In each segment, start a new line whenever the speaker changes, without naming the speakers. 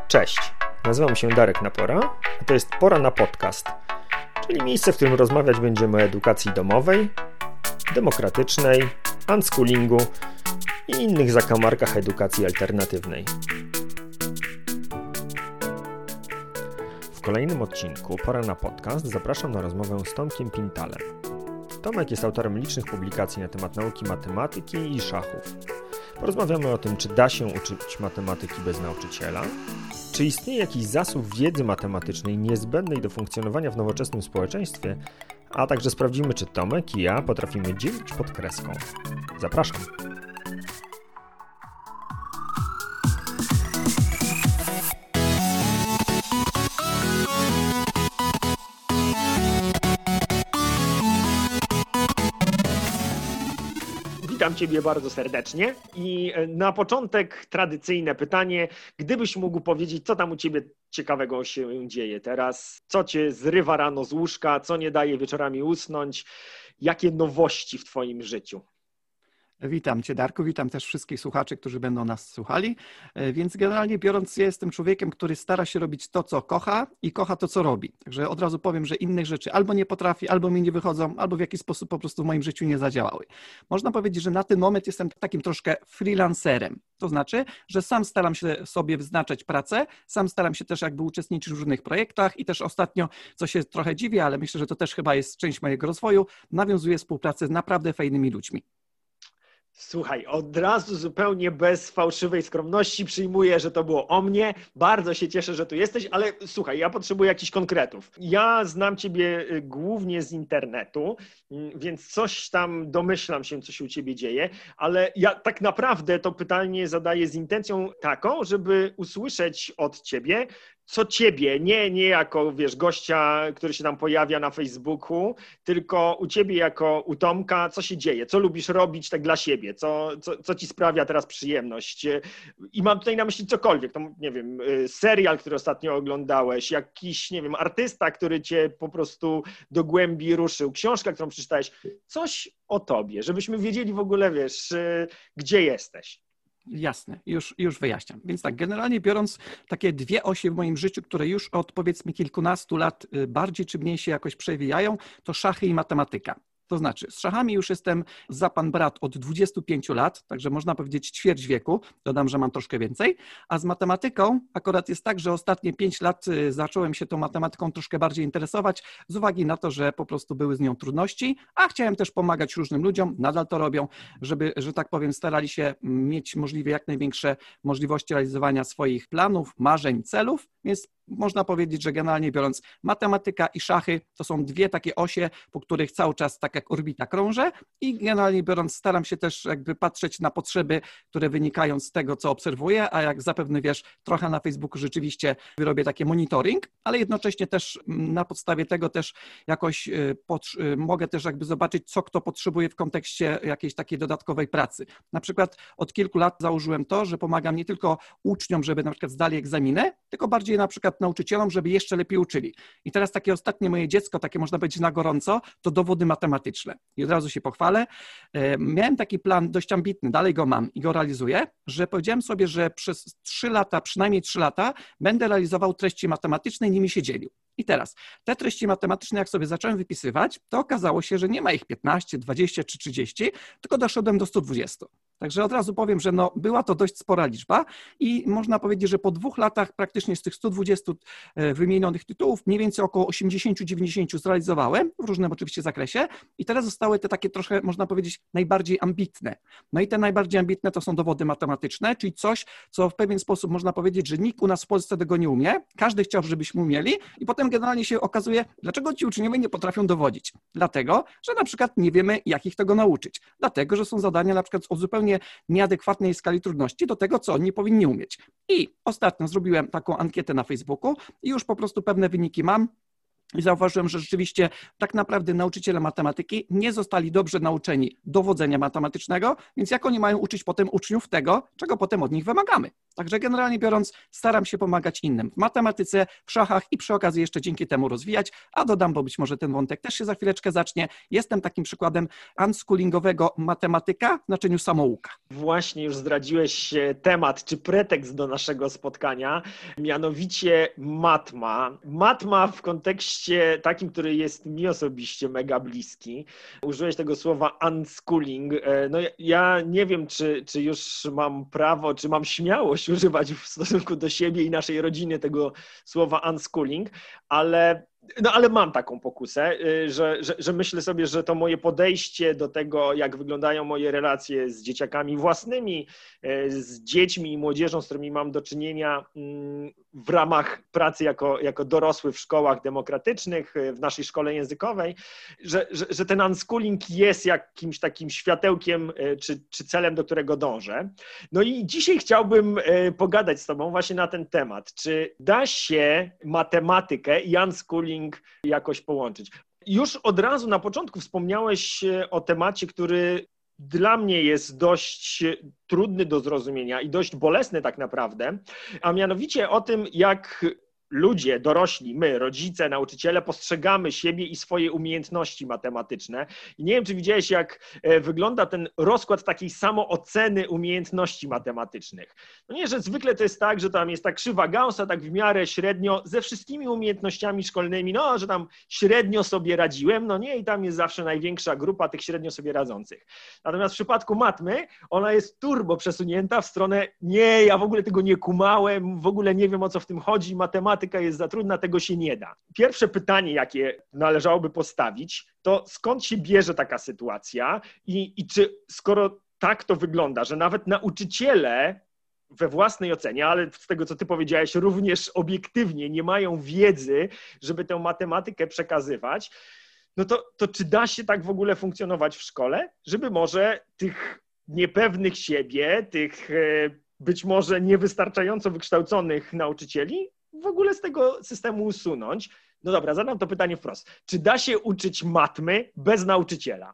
Cześć, nazywam się Darek Napora, a to jest Pora na Podcast, czyli miejsce, w którym rozmawiać będziemy o edukacji domowej, demokratycznej, unschoolingu i innych zakamarkach edukacji alternatywnej. W kolejnym odcinku Pora na Podcast zapraszam na rozmowę z Tomkiem Pintalem. Tomek jest autorem licznych publikacji na temat nauki matematyki i szachów. Porozmawiamy o tym, czy da się uczyć matematyki bez nauczyciela, czy istnieje jakiś zasób wiedzy matematycznej niezbędnej do funkcjonowania w nowoczesnym społeczeństwie, a także sprawdzimy, czy Tomek i ja potrafimy dzielić pod kreską. Zapraszam! Witam Ciebie bardzo serdecznie i na początek tradycyjne pytanie, gdybyś mógł powiedzieć, co tam u Ciebie ciekawego się dzieje teraz, co Cię zrywa rano z łóżka, co nie daje wieczorami usnąć, jakie nowości w Twoim życiu?
Witam Cię, Darku, witam też wszystkich słuchaczy, którzy będą nas słuchali, więc generalnie biorąc, ja jestem człowiekiem, który stara się robić to, co kocha i kocha to, co robi. Także od razu powiem, że innych rzeczy albo nie potrafi, albo mi nie wychodzą, albo w jakiś sposób po prostu w moim życiu nie zadziałały. Można powiedzieć, że na ten moment jestem takim troszkę freelancerem. To znaczy, że sam staram się sobie wyznaczać pracę, sam staram się też jakby uczestniczyć w różnych projektach i też ostatnio, co się trochę dziwię, ale myślę, że to też chyba jest część mojego rozwoju, nawiązuję współpracę z naprawdę fajnymi ludźmi.
Słuchaj, od razu zupełnie bez fałszywej skromności przyjmuję, że to było o mnie. Bardzo się cieszę, że tu jesteś, ale słuchaj, ja potrzebuję jakichś konkretów. Ja znam Ciebie głównie z internetu, więc coś tam domyślam się, co się u Ciebie dzieje, ale ja tak naprawdę to pytanie zadaję z intencją taką, żeby usłyszeć od Ciebie, co Ciebie, nie jako, wiesz, gościa, który się tam pojawia na Facebooku, tylko u Ciebie jako u Tomka, co się dzieje, co lubisz robić tak dla siebie, co Ci sprawia teraz przyjemność. I mam tutaj na myśli cokolwiek, to nie wiem, serial, który ostatnio oglądałeś, jakiś, nie wiem, artysta, który Cię po prostu do głębi ruszył, książka, którą przeczytałeś, coś o Tobie, żebyśmy wiedzieli w ogóle, wiesz, gdzie jesteś.
Jasne, już wyjaśniam. Więc tak, generalnie biorąc takie dwie osie w moim życiu, które już od powiedzmy kilkunastu lat bardziej czy mniej się jakoś przewijają, to szachy i matematyka. To znaczy, z szachami już jestem za pan brat od 25 lat, także można powiedzieć ćwierć wieku, dodam, że mam troszkę więcej, a z matematyką akurat jest tak, że ostatnie 5 lat zacząłem się tą matematyką troszkę bardziej interesować z uwagi na to, że po prostu były z nią trudności, a chciałem też pomagać różnym ludziom, nadal to robią, żeby, że tak powiem, starali się mieć możliwie jak największe możliwości realizowania swoich planów, marzeń, celów, więc można powiedzieć, że generalnie biorąc matematyka i szachy to są dwie takie osie, po których cały czas tak jak orbita krążę i generalnie biorąc staram się też jakby patrzeć na potrzeby, które wynikają z tego, co obserwuję, a jak zapewne wiesz, trochę na Facebooku rzeczywiście robię taki monitoring, ale jednocześnie też na podstawie tego też jakoś mogę też jakby zobaczyć, co kto potrzebuje w kontekście jakiejś takiej dodatkowej pracy. Na przykład od kilku lat założyłem to, że pomagam nie tylko uczniom, żeby na przykład zdali egzaminy, tylko bardziej na przykład nauczycielom, żeby jeszcze lepiej uczyli. I teraz takie ostatnie moje dziecko, takie można powiedzieć na gorąco, to dowody matematyczne. I od razu się pochwalę. Miałem taki plan dość ambitny, dalej go mam i go realizuję, że powiedziałem sobie, że przez 3 lata, przynajmniej 3 lata będę realizował treści matematyczne i nimi się dzielił. I teraz te treści matematyczne, jak sobie zacząłem wypisywać, to okazało się, że nie ma ich 15, 20 czy 30, tylko doszedłem do 120. Także od razu powiem, że była to dość spora liczba i można powiedzieć, że po 2 latach praktycznie z tych 120 wymienionych tytułów mniej więcej około 80-90 zrealizowałem w różnym oczywiście zakresie i teraz zostały te takie troszkę, można powiedzieć, najbardziej ambitne. No i te najbardziej ambitne to są dowody matematyczne, czyli coś, co w pewien sposób można powiedzieć, że nikt u nas w Polsce tego nie umie, każdy chciał, żebyśmy umieli i potem generalnie się okazuje, dlaczego ci uczniowie nie potrafią dowodzić. Dlatego, że na przykład nie wiemy, jak ich tego nauczyć. Dlatego, że są zadania na przykład o zupełnie nieadekwatnej skali trudności do tego, co oni powinni umieć. I ostatnio zrobiłem taką ankietę na Facebooku i już po prostu pewne wyniki mam. I zauważyłem, że rzeczywiście tak naprawdę nauczyciele matematyki nie zostali dobrze nauczeni dowodzenia matematycznego, więc jak oni mają uczyć potem uczniów tego, czego potem od nich wymagamy? Także generalnie biorąc, staram się pomagać innym w matematyce, w szachach i przy okazji jeszcze dzięki temu rozwijać, a dodam, bo być może ten wątek też się za chwileczkę zacznie, jestem takim przykładem unschoolingowego matematyka w znaczeniu samouka.
Właśnie już zdradziłeś temat, czy pretekst do naszego spotkania, mianowicie matma. Matma w kontekście takim, który jest mi osobiście mega bliski. Użyłeś tego słowa unschooling. No ja nie wiem, czy już mam prawo, czy mam śmiałość używać w stosunku do siebie i naszej rodziny tego słowa unschooling, ale mam taką pokusę, że myślę sobie, że to moje podejście do tego, jak wyglądają moje relacje z dzieciakami własnymi, z dziećmi i młodzieżą, z którymi mam do czynienia w ramach pracy jako dorosły w szkołach demokratycznych, w naszej szkole językowej, że ten unschooling jest jakimś takim światełkiem czy celem, do którego dążę. No i dzisiaj chciałbym pogadać z tobą właśnie na ten temat. Czy da się matematykę i unschooling jakoś połączyć? Już od razu na początku wspomniałeś o temacie, który dla mnie jest dość trudny do zrozumienia i dość bolesny tak naprawdę, a mianowicie o tym, jak ludzie, dorośli, my, rodzice, nauczyciele, postrzegamy siebie i swoje umiejętności matematyczne. I nie wiem, czy widziałeś, jak wygląda ten rozkład takiej samooceny umiejętności matematycznych. No nie, że zwykle to jest tak, że tam jest ta krzywa Gaussa, tak w miarę średnio, ze wszystkimi umiejętnościami szkolnymi, no, że tam średnio sobie radziłem, no nie, i tam jest zawsze największa grupa tych średnio sobie radzących. Natomiast w przypadku matmy, ona jest turbo przesunięta w stronę, nie, ja w ogóle tego nie kumałem, w ogóle nie wiem, o co w tym chodzi, matematyka jest za trudna, tego się nie da. Pierwsze pytanie, jakie należałoby postawić, to skąd się bierze taka sytuacja i czy skoro tak to wygląda, że nawet nauczyciele we własnej ocenie, ale z tego, co ty powiedziałeś, również obiektywnie nie mają wiedzy, żeby tę matematykę przekazywać, no to czy da się tak w ogóle funkcjonować w szkole, żeby może tych niepewnych siebie, tych być może niewystarczająco wykształconych nauczycieli w ogóle z tego systemu usunąć? No dobra, zadam to pytanie wprost. Czy da się uczyć matmy bez nauczyciela?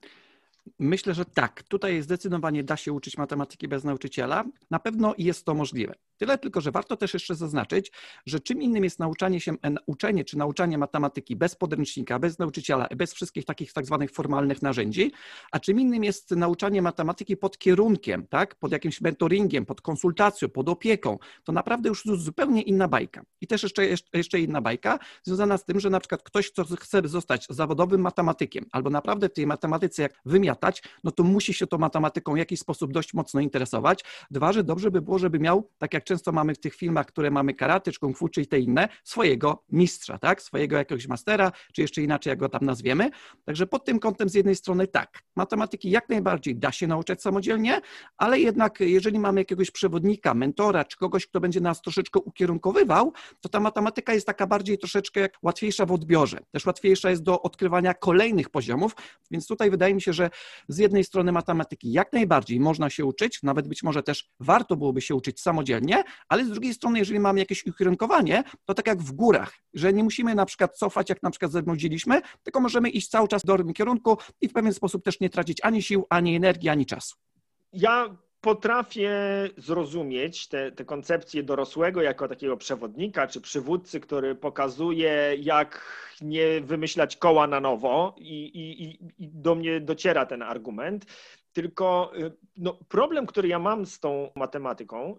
Myślę, że tak. Tutaj zdecydowanie da się uczyć matematyki bez nauczyciela. Na pewno jest to możliwe. Tyle tylko, że warto też jeszcze zaznaczyć, że czym innym jest uczenie czy nauczanie matematyki bez podręcznika, bez nauczyciela, bez wszystkich takich tak zwanych formalnych narzędzi, a czym innym jest nauczanie matematyki pod kierunkiem, tak? Pod jakimś mentoringiem, pod konsultacją, pod opieką. To naprawdę już zupełnie inna bajka. I też jeszcze inna bajka związana z tym, że na przykład ktoś, kto chce zostać zawodowym matematykiem albo naprawdę w tej matematyce jak wymiatać, no to musi się tą matematyką w jakiś sposób dość mocno interesować. Dwa, że dobrze by było, żeby miał, tak jak często mamy w tych filmach, które mamy karate, czy kung fu, czy i te inne, swojego mistrza, tak? Swojego jakiegoś mastera, czy jeszcze inaczej, jak go tam nazwiemy. Także pod tym kątem z jednej strony tak, matematyki jak najbardziej da się nauczać samodzielnie, ale jednak jeżeli mamy jakiegoś przewodnika, mentora, czy kogoś, kto będzie nas troszeczkę ukierunkowywał, to ta matematyka jest taka bardziej troszeczkę jak łatwiejsza w odbiorze. Też łatwiejsza jest do odkrywania kolejnych poziomów, więc tutaj wydaje mi się, że z jednej strony matematyki jak najbardziej można się uczyć, nawet być może też warto byłoby się uczyć samodzielnie, ale z drugiej strony, jeżeli mamy jakieś ukierunkowanie, to tak jak w górach, że nie musimy na przykład cofać, jak na przykład zabłądziliśmy, tylko możemy iść cały czas w dobrym kierunku i w pewien sposób też nie tracić ani sił, ani energii, ani czasu.
Ja potrafię zrozumieć te koncepcje dorosłego jako takiego przewodnika czy przywódcy, który pokazuje, jak nie wymyślać koła na nowo i do mnie dociera ten argument. Tylko no, problem, który ja mam z tą matematyką,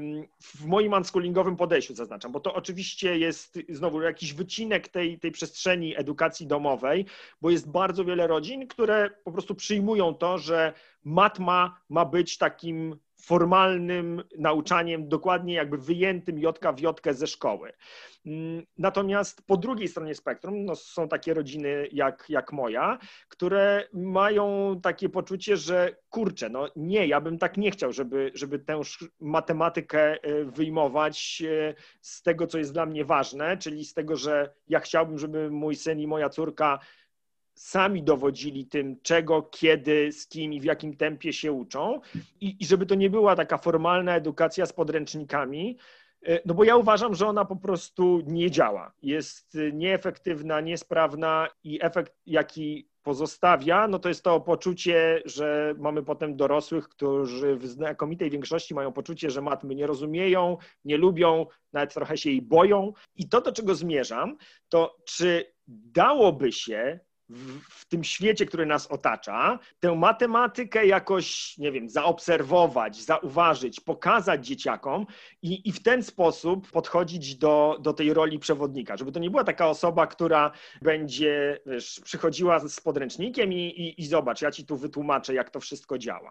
w moim unschoolingowym podejściu zaznaczam, bo to oczywiście jest znowu jakiś wycinek tej przestrzeni edukacji domowej, bo jest bardzo wiele rodzin, które po prostu przyjmują to, że matma ma być takim formalnym nauczaniem, dokładnie jakby wyjętym jotka w jotkę ze szkoły. Natomiast po drugiej stronie spektrum no, są takie rodziny jak moja, które mają takie poczucie, że kurczę, no nie, ja bym tak nie chciał, żeby tę matematykę wyjmować z tego, co jest dla mnie ważne, czyli z tego, że ja chciałbym, żeby mój syn i moja córka sami dowodzili tym, czego, kiedy, z kim i w jakim tempie się uczą i żeby to nie była taka formalna edukacja z podręcznikami, No bo ja uważam, że ona po prostu nie działa. Jest nieefektywna, niesprawna i efekt, jaki pozostawia, no to jest to poczucie, że mamy potem dorosłych, którzy w znakomitej większości mają poczucie, że matmy nie rozumieją, nie lubią, nawet trochę się jej boją. I to, do czego zmierzam, to czy dałoby się w tym świecie, który nas otacza, tę matematykę jakoś, nie wiem, zaobserwować, zauważyć, pokazać dzieciakom i w ten sposób podchodzić do tej roli przewodnika, żeby to nie była taka osoba, która będzie, wiesz, przychodziła z podręcznikiem i zobacz, ja ci tu wytłumaczę, jak to wszystko działa.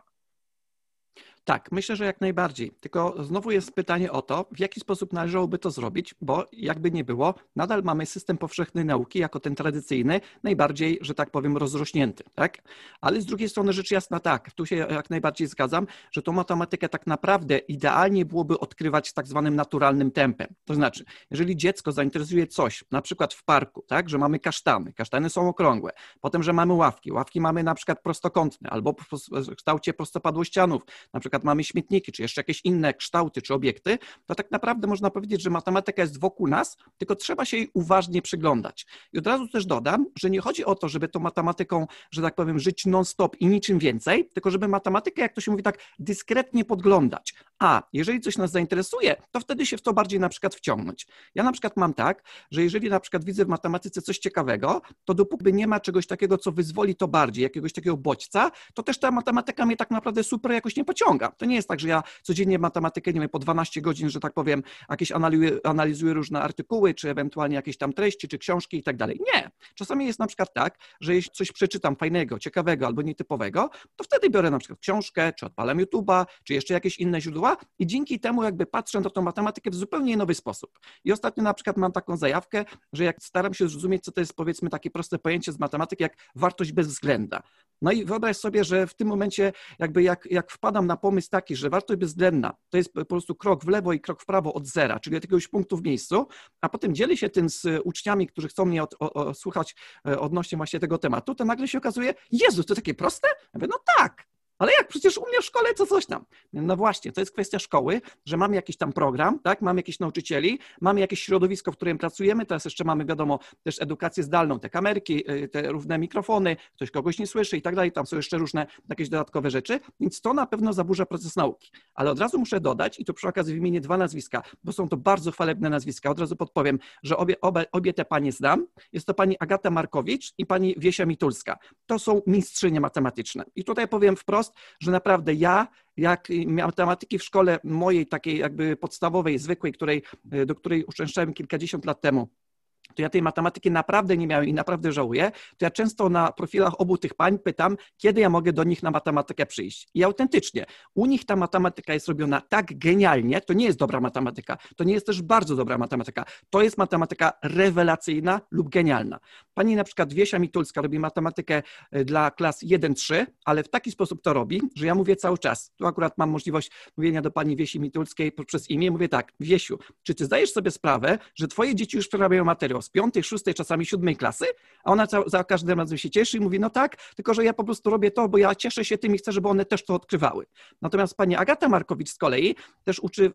Tak, myślę, że jak najbardziej. Tylko znowu jest pytanie o to, w jaki sposób należałoby to zrobić, bo jakby nie było, nadal mamy system powszechnej nauki jako ten tradycyjny, najbardziej, że tak powiem, rozrośnięty, tak? Ale z drugiej strony rzecz jasna tak, tu się jak najbardziej zgadzam, że tą matematykę tak naprawdę idealnie byłoby odkrywać tak zwanym naturalnym tempem. To znaczy, jeżeli dziecko zainteresuje coś, na przykład w parku, tak, że mamy kasztany, kasztany są okrągłe, potem, że mamy ławki, ławki mamy na przykład prostokątne albo w kształcie prostopadłościanów, na przykład mamy śmietniki, czy jeszcze jakieś inne kształty, czy obiekty, to tak naprawdę można powiedzieć, że matematyka jest wokół nas, tylko trzeba się jej uważnie przyglądać. I od razu też dodam, że nie chodzi o to, żeby tą matematyką, że tak powiem, żyć non-stop i niczym więcej, tylko żeby matematykę, jak to się mówi, tak dyskretnie podglądać. A jeżeli coś nas zainteresuje, to wtedy się w to bardziej na przykład wciągnąć. Ja na przykład mam tak, że jeżeli na przykład widzę w matematyce coś ciekawego, to dopóki nie ma czegoś takiego, co wyzwoli to bardziej, jakiegoś takiego bodźca, to też ta matematyka mnie tak naprawdę super jakoś nie pociąga. To nie jest tak, że ja codziennie matematykę, nie wiem, po 12 godzin, że tak powiem, jakieś analizuję różne artykuły, czy ewentualnie jakieś tam treści, czy książki i tak dalej. Nie. Czasami jest na przykład tak, że jeśli coś przeczytam fajnego, ciekawego albo nietypowego, to wtedy biorę na przykład książkę, czy odpalam YouTube'a, czy jeszcze jakieś inne źródła i dzięki temu jakby patrzę na tą matematykę w zupełnie nowy sposób. I ostatnio na przykład mam taką zajawkę, że jak staram się zrozumieć, co to jest powiedzmy takie proste pojęcie z matematyki, jak wartość bezwzględna. No i wyobraź sobie, że w tym momencie jakby jak wpadam na pomysł taki, że wartość bezwzględna to jest po prostu krok w lewo i krok w prawo od zera, czyli od jakiegoś punktu w miejscu, a potem dzielę się tym z uczniami, którzy chcą mnie słuchać odnośnie właśnie tego tematu, to nagle się okazuje, Jezu, to takie proste? Ja mówię, no tak. Ale jak? Przecież u mnie w szkole co coś tam. No właśnie, to jest kwestia szkoły, że mamy jakiś tam program, tak? Mamy jakichś nauczycieli, mamy jakieś środowisko, w którym pracujemy, teraz jeszcze mamy, wiadomo, też edukację zdalną, te kamerki, te różne mikrofony, ktoś kogoś nie słyszy i tak dalej, tam są jeszcze różne jakieś dodatkowe rzeczy, więc to na pewno zaburza proces nauki. Ale od razu muszę dodać, i tu przy okazji wymienię dwa nazwiska, bo są to bardzo chwalebne nazwiska, od razu podpowiem, że obie te panie znam. Jest to pani Agata Markowicz i pani Wiesia Mitulska. To są mistrzynie matematyczne. I tutaj powiem wprost, że naprawdę ja, jak matematyki w szkole mojej takiej jakby podstawowej, zwykłej, do której uczęszczałem kilkadziesiąt lat temu, to ja tej matematyki naprawdę nie miałem i naprawdę żałuję, to ja często na profilach obu tych pań pytam, kiedy ja mogę do nich na matematykę przyjść. I autentycznie, u nich ta matematyka jest robiona tak genialnie, to nie jest dobra matematyka, to nie jest też bardzo dobra matematyka, to jest matematyka rewelacyjna lub genialna. Pani na przykład Wiesia Mitulska robi matematykę dla klas 1-3, ale w taki sposób to robi, że ja mówię cały czas, tu akurat mam możliwość mówienia do pani Wiesi Mitulskiej przez imię, mówię tak, Wiesiu, czy ty zdajesz sobie sprawę, że twoje dzieci już przerabiają materiał z 5., 6., czasami 7. klasy, a ona za każdym razem się cieszy i mówi, no tak, tylko że ja po prostu robię to, bo ja cieszę się tym i chcę, żeby one też to odkrywały. Natomiast pani Agata Markowicz z kolei też uczy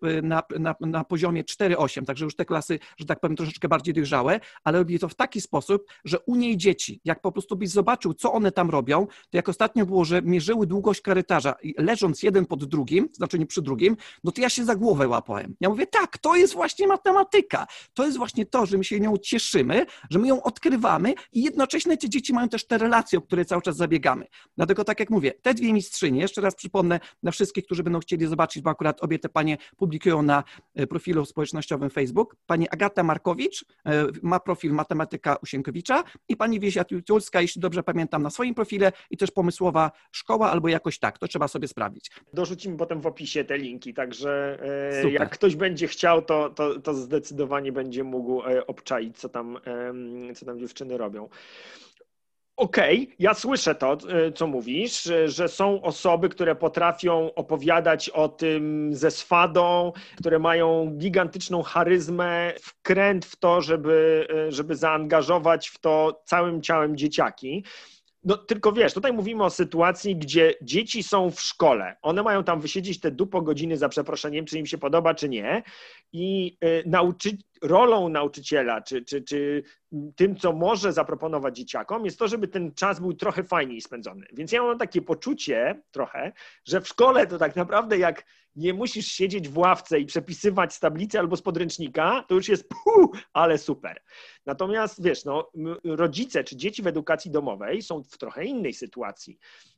na poziomie 4-8, także już te klasy, że tak powiem, troszeczkę bardziej dojrzałe, ale robi to w taki sposób, że u niej dzieci, jak po prostu byś zobaczył, co one tam robią, to jak ostatnio było, że mierzyły długość korytarza i leżąc jeden pod drugim, znaczy nie przy drugim, no to ja się za głowę łapałem. Ja mówię, tak, to jest właśnie matematyka, to jest właśnie to, że my się nią cieszymy, że my ją odkrywamy i jednocześnie te dzieci mają też te relacje, o które cały czas zabiegamy. Dlatego tak jak mówię, te dwie mistrzynie, jeszcze raz przypomnę dla wszystkich, którzy będą chcieli zobaczyć, bo akurat obie te panie publikują na profilu społecznościowym Facebook. Pani Agata Markowicz ma profil Matematyka u Sienkiewicza i pani Wiesia Mitulska, jeśli dobrze pamiętam, na swoim profile i też Pomysłowa Szkoła albo jakoś tak, to trzeba sobie sprawdzić.
Dorzucimy potem w opisie te linki, także
Super.
Jak ktoś będzie chciał, to zdecydowanie będzie mógł obczaić, co tam dziewczyny robią. Okej, ja słyszę to, co mówisz, że są osoby, które potrafią opowiadać o tym ze swadą, które mają gigantyczną charyzmę, wkręt w to, żeby zaangażować w to całym ciałem dzieciaki. No tylko wiesz, tutaj mówimy o sytuacji, gdzie dzieci są w szkole. One mają tam wysiedzieć te dupo godziny za przeproszeniem, czy im się podoba, czy nie. I rolą nauczyciela, czy tym, co może zaproponować dzieciakom, jest to, żeby ten czas był trochę fajniej spędzony. Więc ja mam takie poczucie trochę, że w szkole to tak naprawdę jak nie musisz siedzieć w ławce i przepisywać z tablicy albo z podręcznika, to już jest ale super. Natomiast wiesz, no, rodzice czy dzieci w edukacji domowej są w trochę innej sytuacji,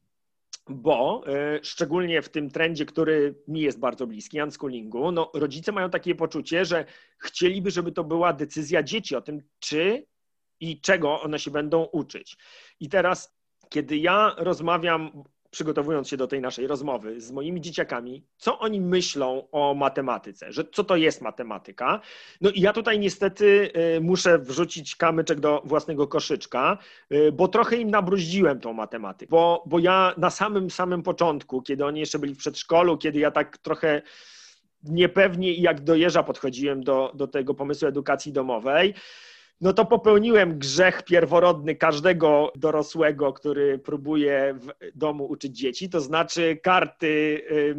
bo szczególnie w tym trendzie, który mi jest bardzo bliski, unschoolingu, no, rodzice mają takie poczucie, że chcieliby, żeby to była decyzja dzieci o tym, czy i czego one się będą uczyć. I teraz, kiedy ja rozmawiam, przygotowując się do tej naszej rozmowy z moimi dzieciakami, co oni myślą o matematyce, że co to jest matematyka. No i ja tutaj niestety muszę wrzucić kamyczek do własnego koszyczka, bo trochę im nabruździłem tą matematykę, bo ja na samym początku, kiedy oni jeszcze byli w przedszkolu, kiedy ja tak trochę niepewnie i jak do jeża podchodziłem do tego pomysłu edukacji domowej, no to popełniłem grzech pierworodny każdego dorosłego, który próbuje w domu uczyć dzieci, to znaczy karty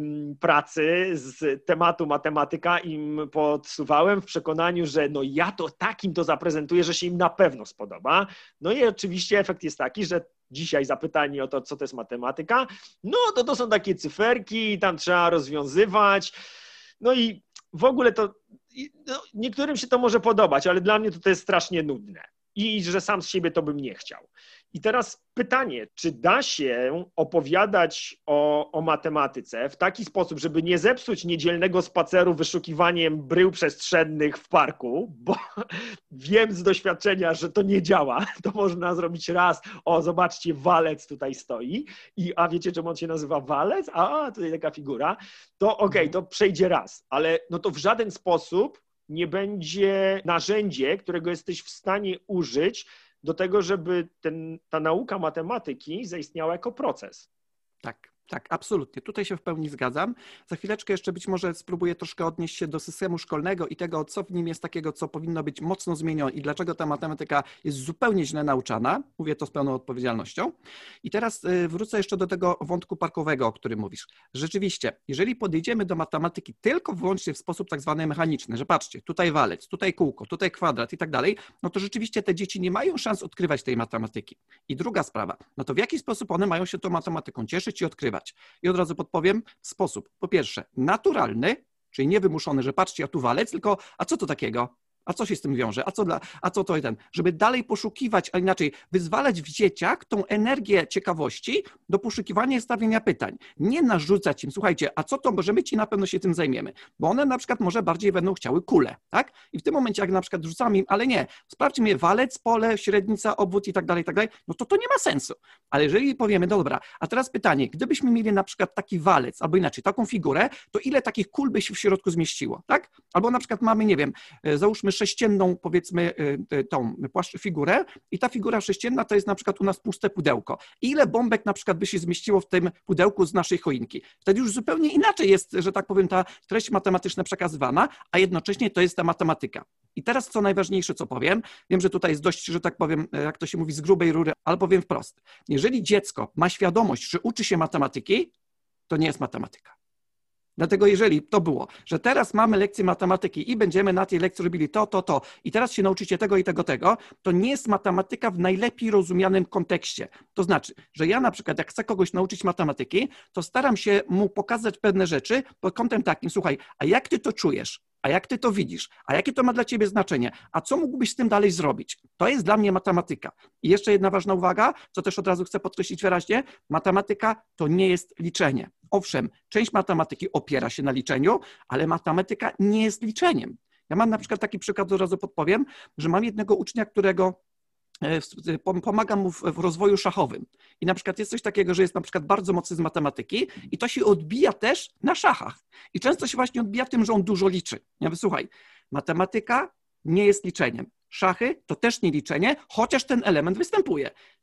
pracy z tematu matematyka im podsuwałem w przekonaniu, że no ja to takim to zaprezentuję, że się im na pewno spodoba. No i oczywiście efekt jest taki, że dzisiaj zapytani o to, co to jest matematyka, no to są takie cyferki, tam trzeba rozwiązywać, no i w ogóle to no, niektórym się to może podobać, ale dla mnie to jest strasznie nudne i że sam z siebie to bym nie chciał. I teraz pytanie, czy da się opowiadać o matematyce w taki sposób, żeby nie zepsuć niedzielnego spaceru wyszukiwaniem brył przestrzennych w parku, bo wiem z doświadczenia, że to nie działa. To można zrobić raz, o zobaczcie, walec tutaj stoi, a wiecie czemu on się nazywa walec? A tutaj taka figura. To okej, to przejdzie raz, ale no to w żaden sposób nie będzie narzędzie, którego jesteś w stanie użyć do tego, żeby ta nauka matematyki zaistniała jako proces.
Tak, absolutnie. Tutaj się w pełni zgadzam. Za chwileczkę jeszcze być może spróbuję troszkę odnieść się do systemu szkolnego i tego, co w nim jest takiego, co powinno być mocno zmienione i dlaczego ta matematyka jest zupełnie źle nauczana. Mówię to z pełną odpowiedzialnością. I teraz wrócę jeszcze do tego wątku parkowego, o którym mówisz. Rzeczywiście, jeżeli podejdziemy do matematyki tylko wyłącznie w sposób tak zwany mechaniczny, że patrzcie, tutaj walec, tutaj kółko, tutaj kwadrat i tak dalej, no to rzeczywiście te dzieci nie mają szans odkrywać tej matematyki. I druga sprawa, no to w jaki sposób one mają się tą matematyką cieszyć i odkrywać? I od razu podpowiem w sposób, po pierwsze, naturalny, czyli niewymuszony, że patrzcie, a tu walec, tylko a co to takiego? A co się z tym wiąże? A co to ten? Żeby dalej poszukiwać, a inaczej wyzwalać w dzieciach tą energię ciekawości do poszukiwania i stawiania pytań. Nie narzucać im, słuchajcie, a co to, że my ci na pewno się tym zajmiemy, bo one na przykład może bardziej będą chciały kulę, tak? I w tym momencie, jak na przykład rzucamy im, ale nie, sprawdźmy walec, pole, średnica, obwód i tak dalej, no to nie ma sensu. Ale jeżeli powiemy, no dobra, a teraz pytanie, gdybyśmy mieli na przykład taki walec, albo inaczej, taką figurę, to ile takich kul by się w środku zmieściło, tak? Albo na przykład mamy, nie wiem, załóżmy sześcienną, powiedzmy, tą figurę i ta figura sześcienna to jest na przykład u nas puste pudełko. Ile bombek na przykład by się zmieściło w tym pudełku z naszej choinki? Wtedy już zupełnie inaczej jest, że tak powiem, ta treść matematyczna przekazywana, a jednocześnie to jest ta matematyka. I teraz co najważniejsze, co powiem, wiem, że tutaj jest dość, że tak powiem, jak to się mówi, z grubej rury, ale powiem wprost. Jeżeli dziecko ma świadomość, że uczy się matematyki, to nie jest matematyka. Dlatego jeżeli to było, że teraz mamy lekcję matematyki i będziemy na tej lekcji robili to i teraz się nauczycie tego i tego, to nie jest matematyka w najlepiej rozumianym kontekście. To znaczy, że ja na przykład jak chcę kogoś nauczyć matematyki, to staram się mu pokazać pewne rzeczy pod kątem takim, słuchaj, a jak ty to czujesz? A jak ty to widzisz? A jakie to ma dla ciebie znaczenie? A co mógłbyś z tym dalej zrobić? To jest dla mnie matematyka. I jeszcze jedna ważna uwaga, co też od razu chcę podkreślić wyraźnie. Matematyka to nie jest liczenie. Owszem, część matematyki opiera się na liczeniu, ale matematyka nie jest liczeniem. Ja mam na przykład taki przykład, od razu podpowiem, że mam jednego ucznia, którego pomagam mu w rozwoju szachowym. I na przykład jest coś takiego, że jest na przykład bardzo mocny z matematyki i to się odbija też na szachach. I często się właśnie odbija w tym, że on dużo liczy. Ja mówię, słuchaj, matematyka nie jest liczeniem. Szachy to też nie liczenie, chociaż ten element występuje.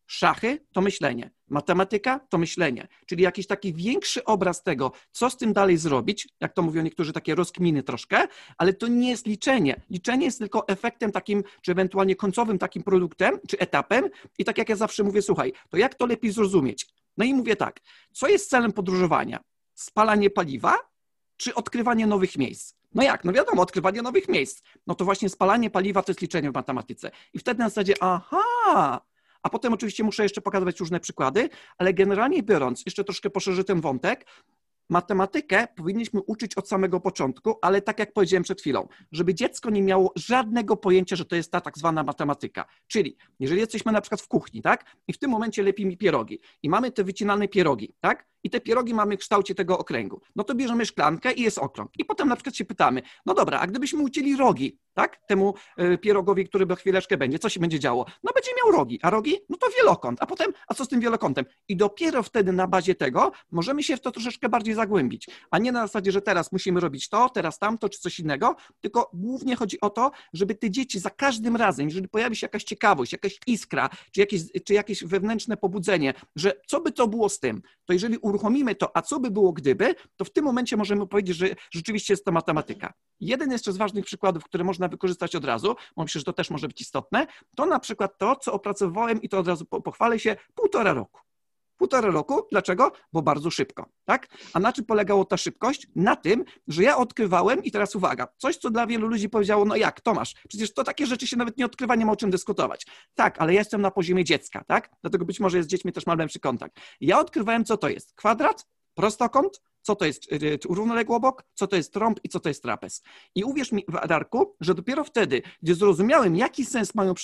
Szachy to myślenie, matematyka to myślenie, czyli jakiś taki większy obraz tego, co z tym dalej zrobić, jak to mówią niektórzy, takie rozkminy troszkę, ale to nie jest liczenie. Liczenie jest tylko efektem takim, czy ewentualnie końcowym takim produktem, czy etapem i tak jak ja zawsze mówię, słuchaj, to jak to lepiej zrozumieć? No i mówię tak, co jest celem podróżowania? Spalanie paliwa, czy odkrywanie nowych miejsc? No jak? No wiadomo, odkrywanie nowych miejsc. No to właśnie spalanie paliwa to jest liczenie w matematyce. I wtedy na zasadzie, aha, a potem oczywiście muszę jeszcze pokazywać różne przykłady, ale generalnie biorąc, jeszcze troszkę poszerzy ten wątek, matematykę powinniśmy uczyć od samego początku, ale tak jak powiedziałem przed chwilą, żeby dziecko nie miało żadnego pojęcia, że to jest ta tak zwana matematyka. Czyli jeżeli jesteśmy na przykład w kuchni, tak? I w tym momencie lepi mi pierogi i mamy te wycinane pierogi, tak? I te pierogi mamy w kształcie tego okręgu. No to bierzemy szklankę i jest okrąg. I potem na przykład się pytamy, no dobra, a gdybyśmy ucięli rogi, tak? Temu pierogowi, który za chwileczkę będzie, co się będzie działo? No będzie miał rogi, a rogi? No to wielokąt. A potem, a co z tym wielokątem? I dopiero wtedy na bazie tego możemy się w to troszeczkę bardziej zagłębić, a nie na zasadzie, że teraz musimy robić to, teraz tamto, czy coś innego, tylko głównie chodzi o to, żeby te dzieci za każdym razem, jeżeli pojawi się jakaś ciekawość, jakaś iskra, czy jakieś wewnętrzne pobudzenie, że co by to było z tym, to jeżeli uruchomimy to, a co by było gdyby, to w tym momencie możemy powiedzieć, że rzeczywiście jest to matematyka. Jeden jeszcze z ważnych przykładów, które można wykorzystać od razu, bo myślę, że to też może być istotne, to na przykład to, co opracowywałem i to od razu pochwalę się, 1,5 roku. 1,5 roku. Dlaczego? Bo bardzo szybko, tak? A na czym polegała ta szybkość? Na tym, że ja odkrywałem i teraz uwaga, coś, co dla wielu ludzi powiedziało, no jak, Tomasz, przecież to takie rzeczy się nawet nie odkrywa, nie ma o czym dyskutować. Tak, ale ja jestem na poziomie dziecka, tak? Dlatego być może z dziećmi też mam lepszy kontakt. Ja odkrywałem, co to jest kwadrat, prostokąt, co to jest równoległy obok, co to jest trąb i co to jest trapez. I uwierz mi, Darku, że dopiero wtedy, gdy zrozumiałem, jaki sens mają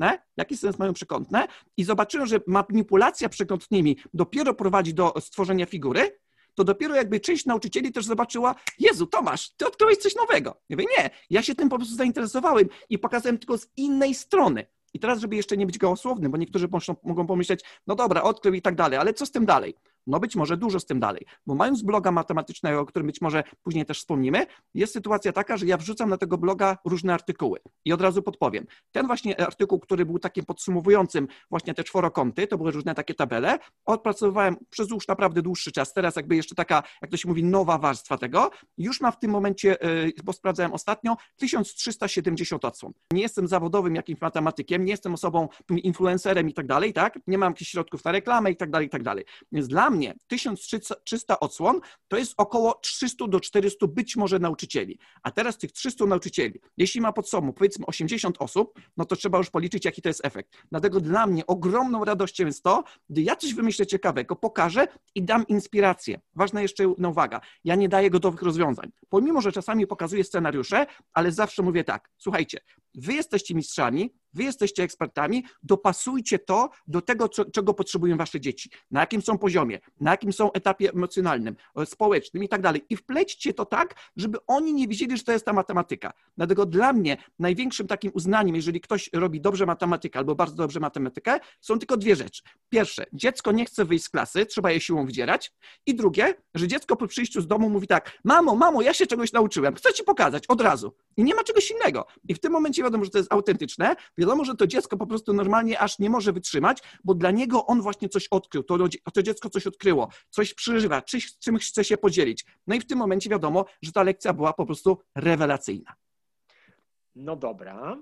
przekątne i zobaczyłem, że manipulacja przekątnymi dopiero prowadzi do stworzenia figury, to dopiero jakby część nauczycieli też zobaczyła, Jezu, Tomasz, ty odkryłeś coś nowego. Ja mówię, nie, ja się tym po prostu zainteresowałem i pokazałem tylko z innej strony. I teraz, żeby jeszcze nie być gołosłownym, bo niektórzy mogą pomyśleć, no dobra, odkrył i tak dalej, ale co z tym dalej? No być może dużo z tym dalej, bo mając bloga matematycznego, o którym być może później też wspomnimy, jest sytuacja taka, że ja wrzucam na tego bloga różne artykuły i od razu podpowiem. Ten właśnie artykuł, który był takim podsumowującym właśnie te czworokąty, to były różne takie tabele, odpracowywałem przez już naprawdę dłuższy czas, teraz jakby jeszcze taka, jak to się mówi, nowa warstwa tego, już ma w tym momencie, bo sprawdzałem ostatnio, 1370 odsłon. Nie jestem zawodowym jakimś matematykiem, nie jestem osobą, influencerem i tak dalej, tak? Nie mam jakichś środków na reklamę i tak dalej, i tak dalej. Więc dla mnie 1300 odsłon to jest około 300 do 400 być może nauczycieli. A teraz tych 300 nauczycieli, jeśli ma pod sobą powiedzmy 80 osób, no to trzeba już policzyć, jaki to jest efekt. Dlatego dla mnie ogromną radością jest to, gdy ja coś wymyślę ciekawego, pokażę i dam inspirację. Ważna jeszcze jedna uwaga, ja nie daję gotowych rozwiązań. Pomimo, że czasami pokazuję scenariusze, ale zawsze mówię tak, słuchajcie, wy jesteście mistrzami, wy jesteście ekspertami, dopasujcie to do tego, czego potrzebują wasze dzieci, na jakim są poziomie, na jakim są etapie emocjonalnym, społecznym i tak dalej. I wplećcie to tak, żeby oni nie widzieli, że to jest ta matematyka. Dlatego dla mnie największym takim uznaniem, jeżeli ktoś robi dobrze matematykę albo bardzo dobrze matematykę, są tylko dwie rzeczy. Pierwsze, dziecko nie chce wyjść z klasy, trzeba je siłą wdzierać. I drugie, że dziecko po przyjściu z domu mówi tak, mamo, ja się czegoś nauczyłem, chcę ci pokazać od razu. I nie ma czegoś innego. I w tym momencie wiadomo, że to jest autentyczne, wiadomo, że to dziecko po prostu normalnie aż nie może wytrzymać, bo dla niego on właśnie coś odkrył, to dziecko coś odkryło, coś przeżywa, czymś chce się podzielić. No i w tym momencie wiadomo, że ta lekcja była po prostu rewelacyjna.
No dobra.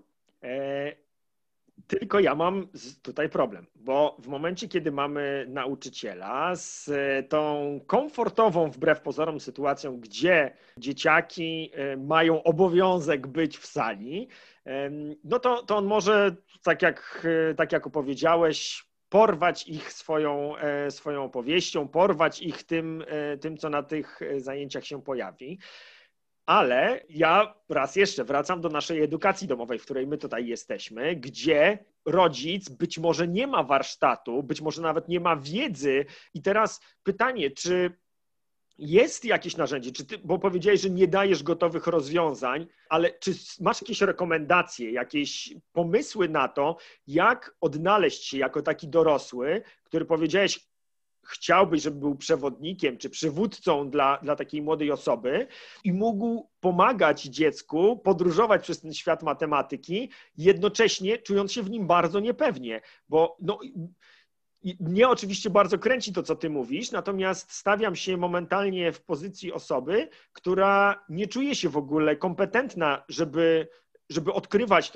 Tylko ja mam tutaj problem, bo w momencie, kiedy mamy nauczyciela z tą komfortową wbrew pozorom sytuacją, gdzie dzieciaki mają obowiązek być w sali, no to on może, tak jak opowiedziałeś, porwać ich swoją opowieścią, porwać ich tym, co na tych zajęciach się pojawi. Ale ja raz jeszcze wracam do naszej edukacji domowej, w której my tutaj jesteśmy, gdzie rodzic być może nie ma warsztatu, być może nawet nie ma wiedzy. I teraz pytanie, czy jest jakieś narzędzie, bo powiedziałeś, że nie dajesz gotowych rozwiązań, ale czy masz jakieś rekomendacje, jakieś pomysły na to, jak odnaleźć się jako taki dorosły, który powiedziałeś, chciałbyś, żeby był przewodnikiem czy przywódcą dla takiej młodej osoby i mógł pomagać dziecku podróżować przez ten świat matematyki, jednocześnie czując się w nim bardzo niepewnie, bo no, I mnie oczywiście bardzo kręci to, co ty mówisz, natomiast stawiam się momentalnie w pozycji osoby, która nie czuje się w ogóle kompetentna, żeby odkrywać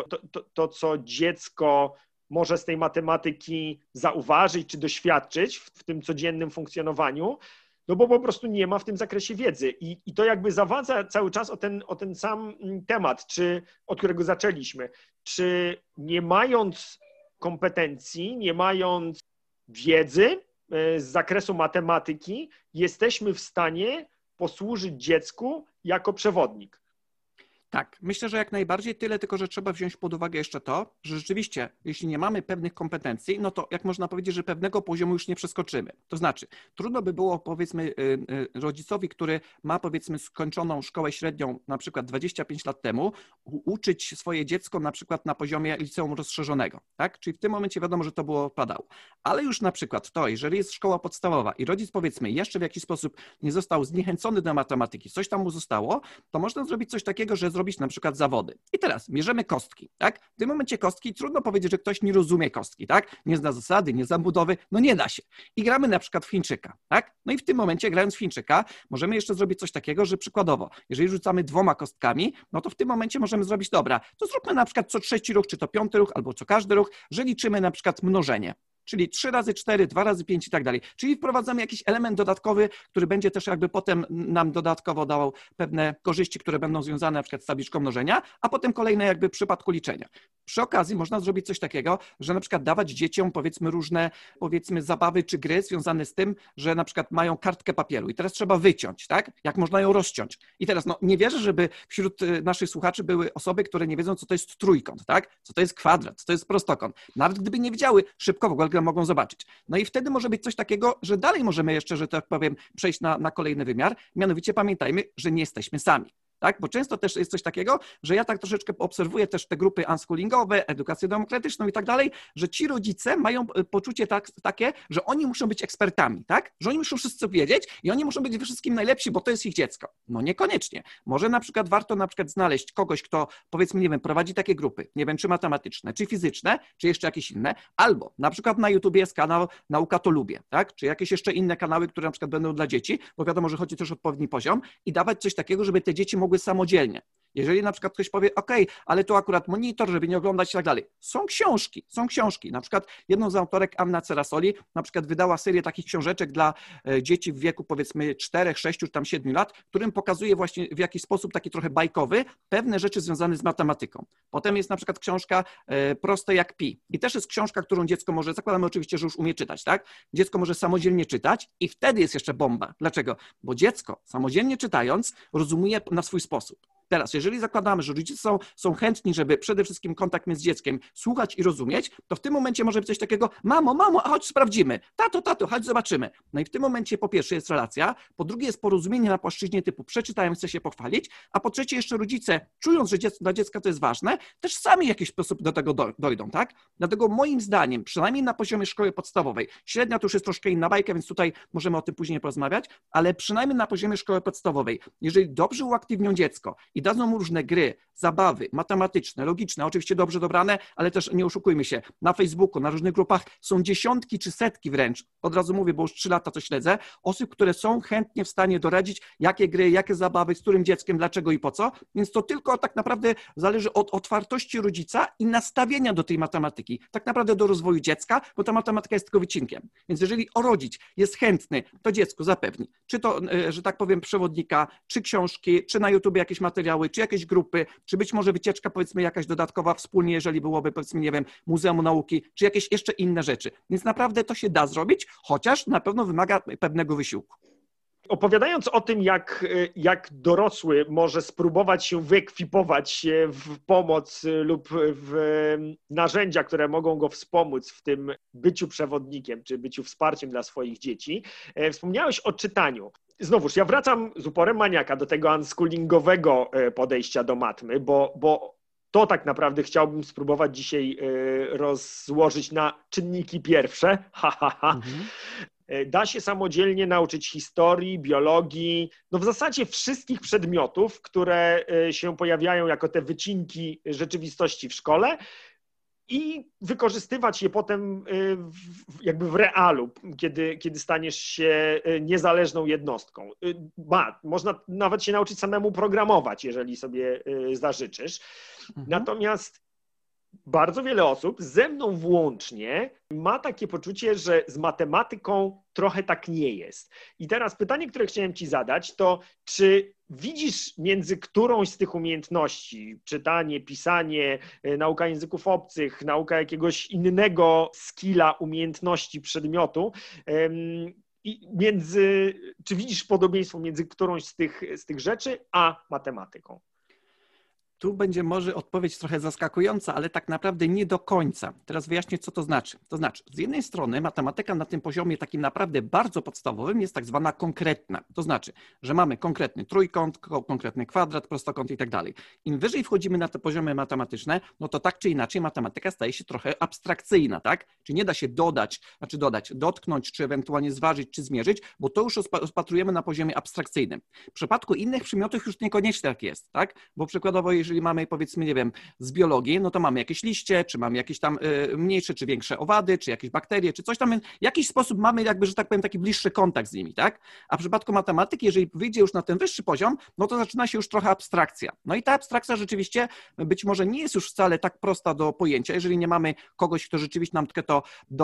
to, co dziecko może z tej matematyki zauważyć czy doświadczyć w tym codziennym funkcjonowaniu, no bo po prostu nie ma w tym zakresie wiedzy. I to jakby zawadza cały czas o ten sam temat, od którego zaczęliśmy. Czy nie mając kompetencji, nie mając wiedzy z zakresu matematyki, jesteśmy w stanie posłużyć dziecku jako przewodnik?
Tak, myślę, że jak najbardziej tyle, tylko że trzeba wziąć pod uwagę jeszcze to, że rzeczywiście, jeśli nie mamy pewnych kompetencji, no to jak można powiedzieć, że pewnego poziomu już nie przeskoczymy. To znaczy, trudno by było, powiedzmy, rodzicowi, który ma, powiedzmy, skończoną szkołę średnią na przykład 25 lat temu, uczyć swoje dziecko na przykład na poziomie liceum rozszerzonego, tak? Czyli w tym momencie wiadomo, że to było padało. Ale już na przykład to, jeżeli jest szkoła podstawowa i rodzic, powiedzmy, jeszcze w jakiś sposób nie został zniechęcony do matematyki, coś tam mu zostało, to można zrobić coś takiego, że zrobić na przykład zawody. I teraz mierzymy kostki, tak? W tym momencie kostki, trudno powiedzieć, że ktoś nie rozumie kostki, tak? Nie zna zasady, nie zna budowy, no nie da się. I gramy na przykład w Chińczyka, tak? No i w tym momencie, grając w Chińczyka, możemy jeszcze zrobić coś takiego, że przykładowo, jeżeli rzucamy 2 kostkami, no to w tym momencie możemy zrobić, dobra, to zróbmy na przykład co 3 ruch, czy to 5 ruch, albo co każdy ruch, że liczymy na przykład mnożenie. Czyli 3 razy 4, 2 razy 5 i tak dalej. Czyli wprowadzamy jakiś element dodatkowy, który będzie też jakby potem nam dodatkowo dawał pewne korzyści, które będą związane na przykład z tabliczką mnożenia, a potem kolejne jakby w przypadku liczenia. Przy okazji można zrobić coś takiego, że na przykład dawać dzieciom powiedzmy różne zabawy czy gry związane z tym, że na przykład mają kartkę papieru i teraz trzeba wyciąć, tak? Jak można ją rozciąć. I teraz no nie wierzę, żeby wśród naszych słuchaczy były osoby, które nie wiedzą, co to jest trójkąt, tak? Co to jest kwadrat, co to jest prostokąt. Nawet gdyby nie wiedziały, szybko w ogóle mogą zobaczyć. No i wtedy może być coś takiego, że dalej możemy jeszcze, że tak powiem, przejść na kolejny wymiar. Mianowicie pamiętajmy, że nie jesteśmy sami. Tak? Bo często też jest coś takiego, że ja tak troszeczkę obserwuję też te grupy unschoolingowe, edukację demokratyczną i tak dalej, że ci rodzice mają poczucie takie, że oni muszą być ekspertami, tak? Że oni muszą wszystko wiedzieć i oni muszą być we wszystkim najlepsi, bo to jest ich dziecko. No niekoniecznie. Może na przykład warto na przykład znaleźć kogoś, kto powiedzmy, nie wiem, prowadzi takie grupy, nie wiem, czy matematyczne, czy fizyczne, czy jeszcze jakieś inne, albo na przykład na YouTubie jest kanał Nauka to lubię, tak? Czy jakieś jeszcze inne kanały, które na przykład będą dla dzieci, bo wiadomo, że chodzi też o odpowiedni poziom i dawać coś takiego, żeby te dzieci mogły samodzielnie. Jeżeli na przykład ktoś powie, OK, ale tu akurat monitor, żeby nie oglądać i tak dalej. Są książki. Na przykład jedną z autorek, Anna Cerasoli, na przykład wydała serię takich książeczek dla dzieci w wieku powiedzmy 4, 6 czy tam 7 lat, którym pokazuje właśnie w jakiś sposób taki trochę bajkowy pewne rzeczy związane z matematyką. Potem jest na przykład książka Proste jak pi. I też jest książka, którą dziecko może, zakładamy oczywiście, że już umie czytać, tak? Dziecko może samodzielnie czytać i wtedy jest jeszcze bomba. Dlaczego? Bo dziecko samodzielnie czytając rozumie na swój sposób. Teraz, jeżeli zakładamy, że rodzice są chętni, żeby przede wszystkim kontakt mieć z dzieckiem słuchać i rozumieć, to w tym momencie może być coś takiego, mamo, a chodź sprawdzimy, tato, chodź zobaczymy. No i w tym momencie po pierwsze jest relacja, po drugie jest porozumienie na płaszczyźnie typu przeczytałem, chcę się pochwalić, a po trzecie jeszcze rodzice, czując, że dla dziecka to jest ważne, też sami w jakiś sposób do tego dojdą, tak? Dlatego moim zdaniem, przynajmniej na poziomie szkoły podstawowej, średnia to już jest troszkę inna bajka, więc tutaj możemy o tym później porozmawiać, ale przynajmniej na poziomie szkoły podstawowej, jeżeli dobrze uaktywnią dziecko i dadzą mu różne gry, zabawy matematyczne, logiczne, oczywiście dobrze dobrane, ale też nie oszukujmy się, na Facebooku, na różnych grupach są dziesiątki czy setki wręcz, od razu mówię, bo już 3 lata to śledzę, osób, które są chętnie w stanie doradzić, jakie gry, jakie zabawy, z którym dzieckiem, dlaczego i po co, więc to tylko tak naprawdę zależy od otwartości rodzica i nastawienia do tej matematyki, tak naprawdę do rozwoju dziecka, bo ta matematyka jest tylko wycinkiem, więc jeżeli rodzic jest chętny, to dziecku zapewni, czy to, że tak powiem, przewodnika, czy książki, czy na YouTube jakieś materiały, czy jakieś grupy, czy być może wycieczka powiedzmy jakaś dodatkowa wspólnie, jeżeli byłoby powiedzmy, nie wiem, Muzeum Nauki, czy jakieś jeszcze inne rzeczy. Więc naprawdę to się da zrobić, chociaż na pewno wymaga pewnego wysiłku.
Opowiadając o tym, jak dorosły może spróbować się wyekwipować w pomoc lub w narzędzia, które mogą go wspomóc w tym byciu przewodnikiem czy byciu wsparciem dla swoich dzieci, wspomniałeś o czytaniu. Znowuż, ja wracam z uporem maniaka do tego unschoolingowego podejścia do matmy, bo to tak naprawdę chciałbym spróbować dzisiaj rozłożyć na czynniki pierwsze. Da się samodzielnie nauczyć historii, biologii, no w zasadzie wszystkich przedmiotów, które się pojawiają jako te wycinki rzeczywistości w szkole, i wykorzystywać je potem jakby w realu, kiedy staniesz się niezależną jednostką. Można nawet się nauczyć samemu programować, jeżeli sobie zażyczysz. Natomiast bardzo wiele osób, ze mną włącznie, ma takie poczucie, że z matematyką trochę tak nie jest. I teraz pytanie, które chciałem ci zadać, to czy widzisz między którąś z tych umiejętności, czytanie, pisanie, nauka języków obcych, nauka jakiegoś innego skilla, umiejętności, przedmiotu, czy widzisz podobieństwo między którąś z tych rzeczy a matematyką?
Tu będzie może odpowiedź trochę zaskakująca, ale tak naprawdę nie do końca. Teraz wyjaśnię, co to znaczy. To znaczy, z jednej strony matematyka na tym poziomie takim naprawdę bardzo podstawowym jest tak zwana konkretna. To znaczy, że mamy konkretny trójkąt, konkretny kwadrat, prostokąt i tak dalej. Im wyżej wchodzimy na te poziomy matematyczne, no to tak czy inaczej matematyka staje się trochę abstrakcyjna, tak? Czyli nie da się dotknąć, czy ewentualnie zważyć, czy zmierzyć, bo to już rozpatrujemy na poziomie abstrakcyjnym. W przypadku innych przedmiotów już niekoniecznie tak jest, tak? Bo przykładowo, jeżeli mamy, powiedzmy, nie wiem, z biologii, no to mamy jakieś liście, czy mamy jakieś tam mniejsze, czy większe owady, czy jakieś bakterie, czy coś tam. W jakiś sposób mamy jakby, że tak powiem, taki bliższy kontakt z nimi, tak? A w przypadku matematyki, jeżeli wyjdzie już na ten wyższy poziom, no to zaczyna się już trochę abstrakcja. No i ta abstrakcja rzeczywiście być może nie jest już wcale tak prosta do pojęcia, jeżeli nie mamy kogoś, kto rzeczywiście nam to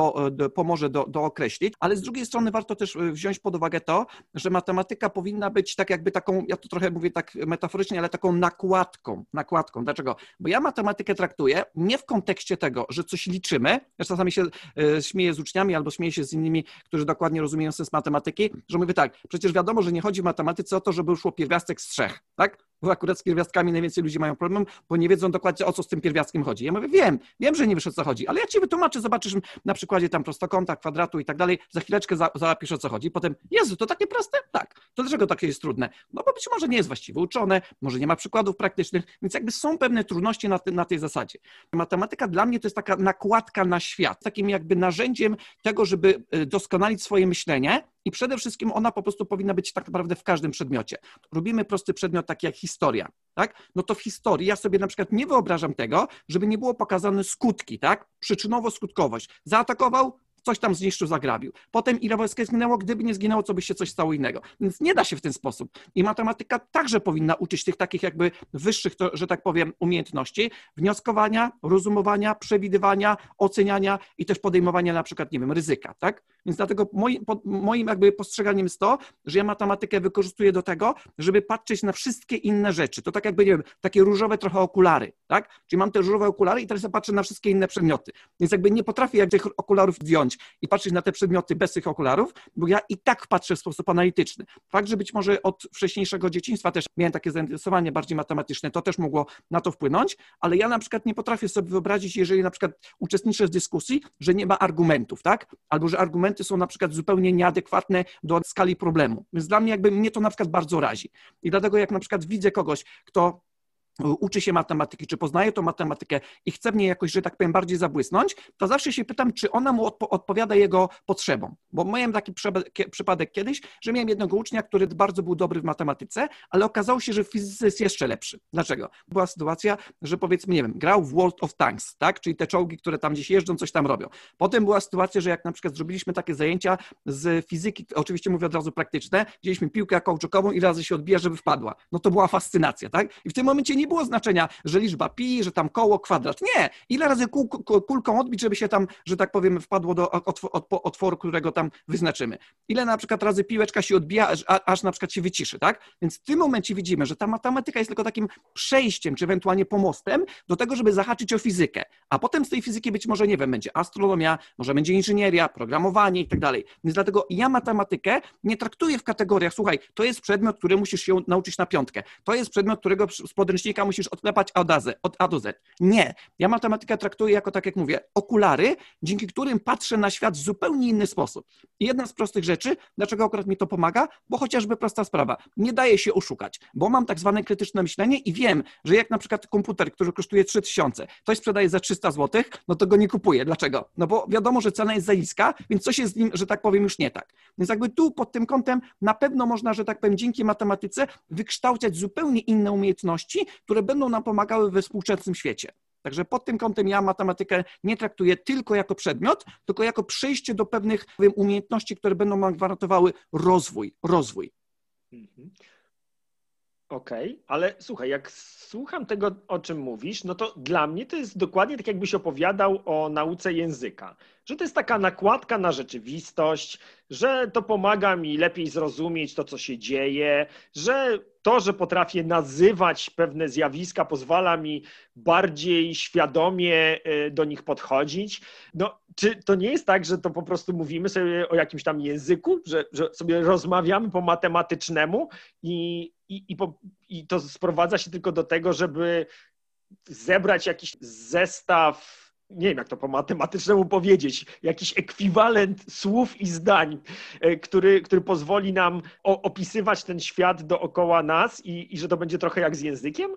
pomoże dookreślić, ale z drugiej strony warto też wziąć pod uwagę to, że matematyka powinna być tak jakby taką, ja to trochę mówię tak metaforycznie, ale taką nakładką. Dlaczego? Bo ja matematykę traktuję nie w kontekście tego, że coś liczymy. Ja czasami się śmieję z uczniami albo śmieję się z innymi, którzy dokładnie rozumieją sens matematyki, że mówię tak, przecież wiadomo, że nie chodzi w matematyce o to, żeby szło pierwiastek z 3, tak? Bo akurat z pierwiastkami najwięcej ludzi mają problem, bo nie wiedzą dokładnie, o co z tym pierwiastkiem chodzi. Ja mówię, wiem, że nie wiesz, o co chodzi, ale ja ci wytłumaczę, zobaczysz na przykładzie tam prostokąta, kwadratu i tak dalej, za chwileczkę zapisz, o co chodzi. Potem, Jezu, to takie proste? Tak. To dlaczego takie jest trudne? No bo być może nie jest właściwie uczone, może nie ma przykładów praktycznych, więc jakby są pewne trudności na tej zasadzie. Matematyka dla mnie to jest taka nakładka na świat, takim jakby narzędziem tego, żeby doskonalić swoje myślenie. I przede wszystkim ona po prostu powinna być tak naprawdę w każdym przedmiocie. Robimy prosty przedmiot taki jak historia, tak? No to w historii ja sobie na przykład nie wyobrażam tego, żeby nie było pokazane skutki, tak? Przyczynowo-skutkowość. Zaatakował, coś tam zniszczył, zagrabił. Potem ile wojska zginęło, gdyby nie zginęło, co by się coś stało innego. Więc nie da się w ten sposób. I matematyka także powinna uczyć tych takich jakby wyższych, to, że tak powiem, umiejętności, wnioskowania, rozumowania, przewidywania, oceniania i też podejmowania na przykład, nie wiem, ryzyka, tak? Więc dlatego moim jakby postrzeganiem jest to, że ja matematykę wykorzystuję do tego, żeby patrzeć na wszystkie inne rzeczy. To tak jakby, nie wiem, takie różowe trochę okulary, tak? Czyli mam te różowe okulary i teraz ja patrzę na wszystkie inne przedmioty. Więc jakby nie potrafię jak tych okularów zdjąć i patrzeć na te przedmioty bez tych okularów, bo ja i tak patrzę w sposób analityczny. Fakt, że być może od wcześniejszego dzieciństwa też miałem takie zainteresowanie bardziej matematyczne, to też mogło na to wpłynąć, ale ja na przykład nie potrafię sobie wyobrazić, jeżeli na przykład uczestniczę w dyskusji, że nie ma argumentów, tak? Albo że argumenty są na przykład zupełnie nieadekwatne do skali problemu. Więc dla mnie jakby mnie to na przykład bardzo razi. I dlatego jak na przykład widzę kogoś, kto uczy się matematyki, czy poznaje tą matematykę i chce w niej jakoś, że tak powiem, bardziej zabłysnąć, to zawsze się pytam, czy ona mu odpowiada jego potrzebom. Bo miałem taki przypadek kiedyś, że miałem jednego ucznia, który bardzo był dobry w matematyce, ale okazało się, że w fizyce jest jeszcze lepszy. Dlaczego? Była sytuacja, że powiedzmy, nie wiem, grał w World of Tanks, tak? Czyli te czołgi, które tam gdzieś jeżdżą, coś tam robią. Potem była sytuacja, że jak na przykład zrobiliśmy takie zajęcia z fizyki, oczywiście mówię od razu praktyczne, wzięliśmy piłkę kauczukową i razy się odbija, żeby wpadła. No to była fascynacja, tak? I w tym momencie nie było znaczenia, że liczba pi, że tam koło, kwadrat. Nie! Ile razy kulką odbić, żeby się tam, że tak powiem, wpadło do otworu, którego tam wyznaczymy. Ile na przykład razy piłeczka się odbija, aż na przykład się wyciszy, tak? Więc w tym momencie widzimy, że ta matematyka jest tylko takim przejściem, czy ewentualnie pomostem do tego, żeby zahaczyć o fizykę. A potem z tej fizyki być może, nie wiem, będzie astronomia, może będzie inżynieria, programowanie i tak dalej. Więc dlatego ja matematykę nie traktuję w kategoriach, słuchaj, to jest przedmiot, który musisz się nauczyć na 5. To jest przedmiot, którego z podręcznika musisz odklepać od A do Z. Nie. Ja matematykę traktuję jako, tak jak mówię, okulary, dzięki którym patrzę na świat w zupełnie inny sposób. I jedna z prostych rzeczy, dlaczego akurat mi to pomaga, bo chociażby prosta sprawa, nie daje się oszukać, bo mam tak zwane krytyczne myślenie i wiem, że jak na przykład komputer, który kosztuje 3000, ktoś sprzedaje za 300 zł, no to go nie kupuję. Dlaczego? No bo wiadomo, że cena jest za niska, więc coś jest z nim, że tak powiem, już nie tak. Więc jakby tu pod tym kątem na pewno można, że tak powiem, dzięki matematyce wykształcać zupełnie inne umiejętności, które będą nam pomagały we współczesnym świecie. Także pod tym kątem ja matematykę nie traktuję tylko jako przedmiot, tylko jako przejście do pewnych umiejętności, które będą nam gwarantowały rozwój.
Mhm. Okej, ale słuchaj, jak słucham tego, o czym mówisz, no to dla mnie to jest dokładnie tak, jakbyś opowiadał o nauce języka, że to jest taka nakładka na rzeczywistość, że to pomaga mi lepiej zrozumieć to, co się dzieje, że to, że potrafię nazywać pewne zjawiska, pozwala mi bardziej świadomie do nich podchodzić. No, czy to nie jest tak, że to po prostu mówimy sobie o jakimś tam języku, że sobie rozmawiamy po matematycznemu i to sprowadza się tylko do tego, żeby zebrać jakiś zestaw, nie wiem jak to po matematycznemu powiedzieć, jakiś ekwiwalent słów i zdań, który pozwoli nam opisywać ten świat dookoła nas i że to będzie trochę jak z językiem?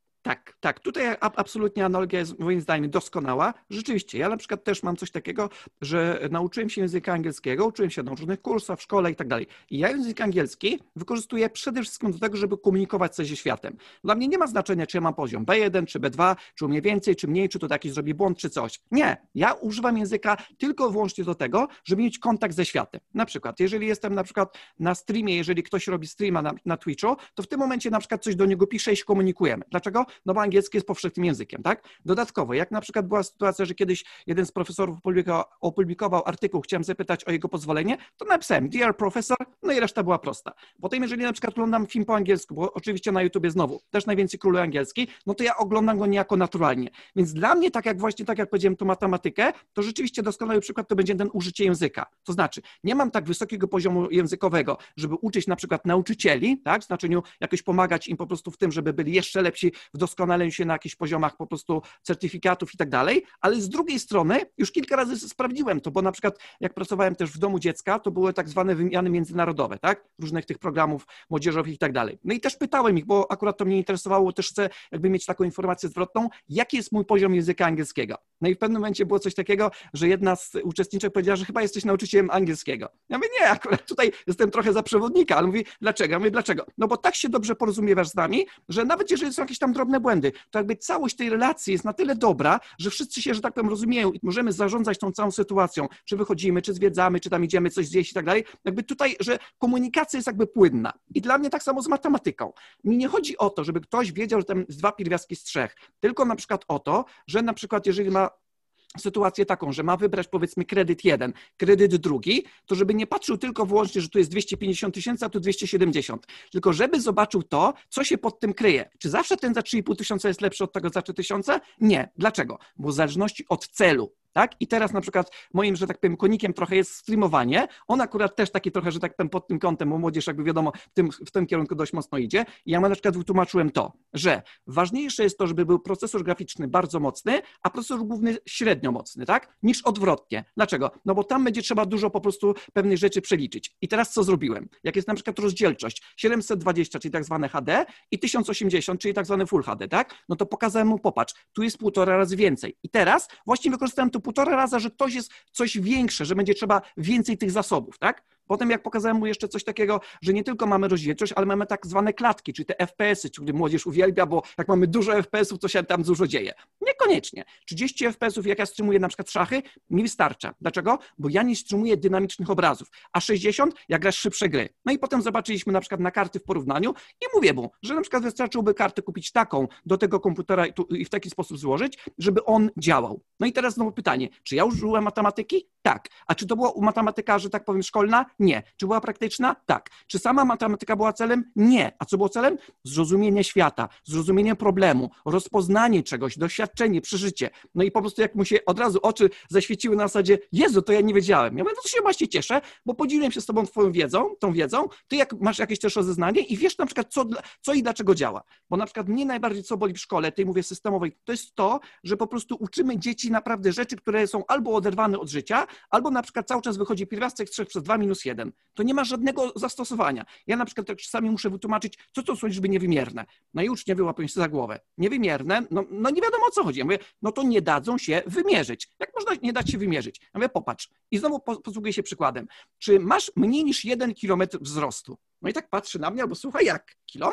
Tak. Tutaj absolutnie analogia jest moim zdaniem doskonała. Rzeczywiście, ja na przykład też mam coś takiego, że nauczyłem się języka angielskiego, uczyłem się na różnych kursach w szkole i tak dalej. I ja język angielski wykorzystuję przede wszystkim do tego, żeby komunikować się ze światem. Dla mnie nie ma znaczenia, czy ja mam poziom B1, czy B2, czy umiem więcej, czy mniej, czy to jakiś zrobi błąd, czy coś. Nie, ja używam języka tylko i wyłącznie do tego, żeby mieć kontakt ze światem. Na przykład, jeżeli jestem na przykład na streamie, jeżeli ktoś robi streama na Twitchu, to w tym momencie na przykład coś do niego piszę i się komunikujemy. Dlaczego? No bo angielski jest powszechnym językiem, tak? Dodatkowo, jak na przykład była sytuacja, że kiedyś jeden z profesorów opublikował artykuł, chciałem zapytać o jego pozwolenie, to napisałem Dear Professor, no i reszta była prosta. Potem, jeżeli na przykład oglądam film po angielsku, bo oczywiście na YouTubie znowu też najwięcej króluje angielski, no to ja oglądam go niejako naturalnie. Więc dla mnie, tak jak powiedziałem, tą matematykę, to rzeczywiście doskonały przykład to będzie ten użycie języka. To znaczy, nie mam tak wysokiego poziomu językowego, żeby uczyć na przykład nauczycieli, tak? W znaczeniu jakoś pomagać im po prostu w tym, żeby byli jeszcze lepsi w doskonaleniu się na jakichś poziomach po prostu certyfikatów i tak dalej, ale z drugiej strony już kilka razy sprawdziłem to, bo na przykład jak pracowałem też w domu dziecka, to były tak zwane wymiany międzynarodowe, tak? Różnych tych programów młodzieżowych i tak dalej. No i też pytałem ich, bo akurat to mnie interesowało, też chcę jakby mieć taką informację zwrotną, jaki jest mój poziom języka angielskiego. No i w pewnym momencie było coś takiego, że jedna z uczestniczek powiedziała, że chyba jesteś nauczycielem angielskiego. Ja mówię, nie, akurat tutaj jestem trochę za przewodnika, ale mówi, dlaczego? Ja mówię, dlaczego? No bo tak się dobrze porozumiewasz z nami, że nawet jeżeli są jakieś tam drobne błędy, to jakby całość tej relacji jest na tyle dobra, że wszyscy się, że tak powiem, rozumieją i możemy zarządzać tą całą sytuacją, czy wychodzimy, czy zwiedzamy, czy tam idziemy coś zjeść i tak dalej. Jakby tutaj, że komunikacja jest jakby płynna. I dla mnie tak samo z matematyką. Mi nie chodzi o to, żeby ktoś wiedział, że tam jest 2 pierwiastki z 3, tylko na przykład o to, że na przykład jeżeli ma sytuację taką, że ma wybrać powiedzmy kredyt 1, kredyt drugi, to żeby nie patrzył tylko wyłącznie, że tu jest 250 000, a tu 270, tylko żeby zobaczył to, co się pod tym kryje. Czy zawsze ten za 3,5 tysiąca jest lepszy od tego za 3 tysiące? Nie. Dlaczego? Bo w zależności od celu. Tak? I teraz na przykład moim, że tak powiem, konikiem trochę jest streamowanie. On akurat też taki trochę, że tak powiem, pod tym kątem, bo młodzież jakby wiadomo w tym kierunku dość mocno idzie. I ja na przykład wytłumaczyłem to, że ważniejsze jest to, żeby był procesor graficzny bardzo mocny, a procesor główny średnio mocny, tak? Niż odwrotnie. Dlaczego? No bo tam będzie trzeba dużo po prostu pewnych rzeczy przeliczyć. I teraz co zrobiłem? Jak jest na przykład rozdzielczość 720, czyli tak zwane HD i 1080, czyli tak zwane Full HD, tak? No to pokazałem mu, popatrz, tu jest 1,5 razy więcej. I teraz właśnie wykorzystałem to 1,5 raza, że to jest coś większe, że będzie trzeba więcej tych zasobów, tak? Potem jak pokazałem mu jeszcze coś takiego, że nie tylko mamy rozdzielczość, ale mamy tak zwane klatki, czyli te FPS-y, które młodzież uwielbia, bo jak mamy dużo FPS-ów, to się tam dużo dzieje. Niekoniecznie. 30 FPS-ów, jak ja streamuję na przykład szachy, mi wystarcza. Dlaczego? Bo ja nie streamuję dynamicznych obrazów, a 60 jak grasz szybsze gry. No i potem zobaczyliśmy na przykład na karty w porównaniu i mówię mu, że na przykład wystarczyłoby kartę kupić taką do tego komputera i w taki sposób złożyć, żeby on działał. No i teraz znowu pytanie, czy ja użyłem matematyki? Tak. A czy to była matematyka, że tak powiem, szkolna? Nie. Czy była praktyczna? Tak. Czy sama matematyka była celem? Nie. A co było celem? Zrozumienie świata, zrozumienie problemu, rozpoznanie czegoś, doświadczenie, przeżycie. No i po prostu jak mu się od razu oczy zaświeciły na zasadzie, Jezu, to ja nie wiedziałem. Ja mówię, no to się właśnie cieszę, bo podzieliłem się z tobą tą wiedzą, ty jak masz jakieś też rozeznanie i wiesz na przykład co i dlaczego działa. Bo na przykład mnie najbardziej co boli w szkole, tej mówię systemowej, to jest to, że po prostu uczymy dzieci naprawdę rzeczy, które są albo oderwane od życia, albo na przykład cały czas wychodzi pierwiastek 3 przez 2 minus 1. To nie ma żadnego zastosowania. Ja na przykład tak czasami muszę wytłumaczyć, co to są liczby niewymierne. No i uczniowie łapią się za głowę. Niewymierne, no nie wiadomo o co chodzi. Ja mówię, no to nie dadzą się wymierzyć. Jak można nie dać się wymierzyć? Ja mówię, popatrz. I znowu posługuję się przykładem. Czy masz mniej niż 1 kilometr wzrostu? No i tak patrzy na mnie, albo słuchaj, jak? Kilometr?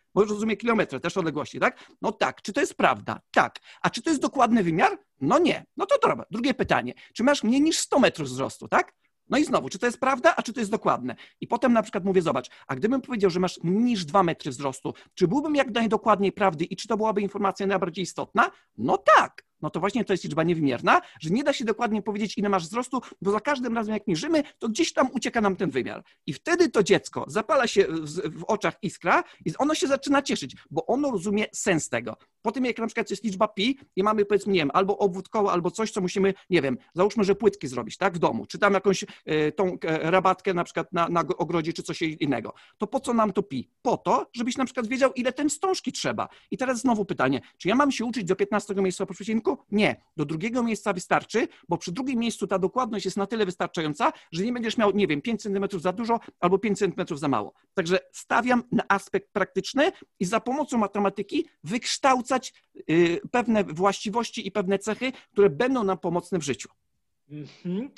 bo już rozumie kilometry, też odległości, tak? No tak. Czy to jest prawda? Tak. A czy to jest dokładny wymiar? No nie. No to dobra. Drugie pytanie. Czy masz mniej niż 100 metrów wzrostu, tak? No i znowu, czy to jest prawda, a czy to jest dokładne? I potem na przykład mówię, zobacz, a gdybym powiedział, że masz mniej niż 2 metry wzrostu, czy byłbym jak najdokładniej prawdy i czy to byłaby informacja najbardziej istotna? No tak. No to właśnie to jest liczba niewymierna, że nie da się dokładnie powiedzieć, ile masz wzrostu, bo za każdym razem, jak mierzymy, to gdzieś tam ucieka nam ten wymiar. I wtedy to dziecko zapala się w oczach iskra i ono się zaczyna cieszyć, bo ono rozumie sens tego. Po tym, jak na przykład jest liczba pi i mamy, powiedzmy, nie wiem, albo obwód koła, albo coś, co musimy, nie wiem, załóżmy, że płytki zrobić, tak, w domu, czy tam jakąś tą rabatkę na przykład na ogrodzie, czy coś innego. To po co nam to pi? Po to, żebyś na przykład wiedział, ile ten wstążki trzeba. I teraz znowu pytanie, czy ja mam się uczyć do 15 miejsca po przecinku? Nie. Do drugiego miejsca wystarczy, bo przy drugim miejscu ta dokładność jest na tyle wystarczająca, że nie będziesz miał, nie wiem, 5 cm za dużo albo 5 cm za mało. Także stawiam na aspekt praktyczny i za pomocą matematyki wykształcać pewne właściwości i pewne cechy, które będą nam pomocne w życiu.
Mhm.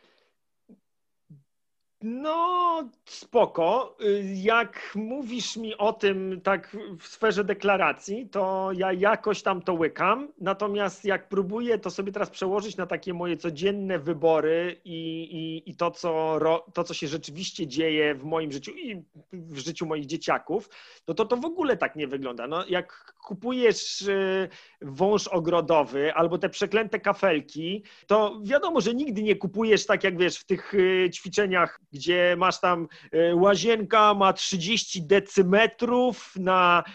No, spoko. Jak mówisz mi o tym tak w sferze deklaracji, to ja jakoś tam to łykam. Natomiast jak próbuję to sobie teraz przełożyć na takie moje codzienne wybory i to, co się rzeczywiście dzieje w moim życiu i w życiu moich dzieciaków, to w ogóle tak nie wygląda. No, jak kupujesz wąż ogrodowy albo te przeklęte kafelki, to wiadomo, że nigdy nie kupujesz tak jak wiesz w tych ćwiczeniach, gdzie masz tam łazienka ma 30 decymetrów na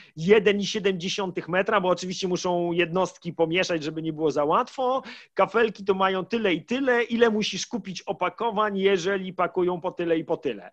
1,7 metra, bo oczywiście muszą jednostki pomieszać, żeby nie było za łatwo. Kafelki to mają tyle i tyle, ile musisz kupić opakowań, jeżeli pakują po tyle i po tyle.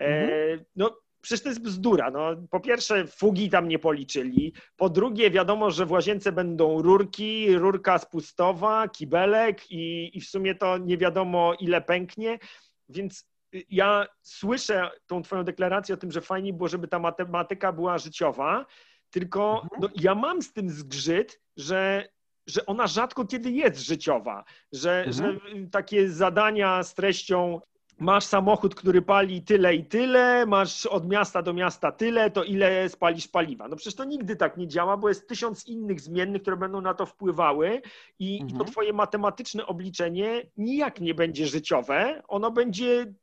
No, przecież to jest bzdura. No, po pierwsze, fugi tam nie policzyli. Po drugie, wiadomo, że w łazience będą rurki, rurka spustowa, kibelek i w sumie to nie wiadomo, ile pęknie. Więc ja słyszę tą twoją deklarację o tym, że fajnie było, żeby ta matematyka była życiowa, tylko no, ja mam z tym zgrzyt, że ona rzadko kiedy jest życiowa, że takie zadania z treścią masz samochód, który pali tyle i tyle, masz od miasta do miasta tyle, to ile spalisz paliwa. No przecież to nigdy tak nie działa, bo jest 1000 innych zmiennych, które będą na to wpływały i to twoje matematyczne obliczenie nijak nie będzie życiowe, ono będzie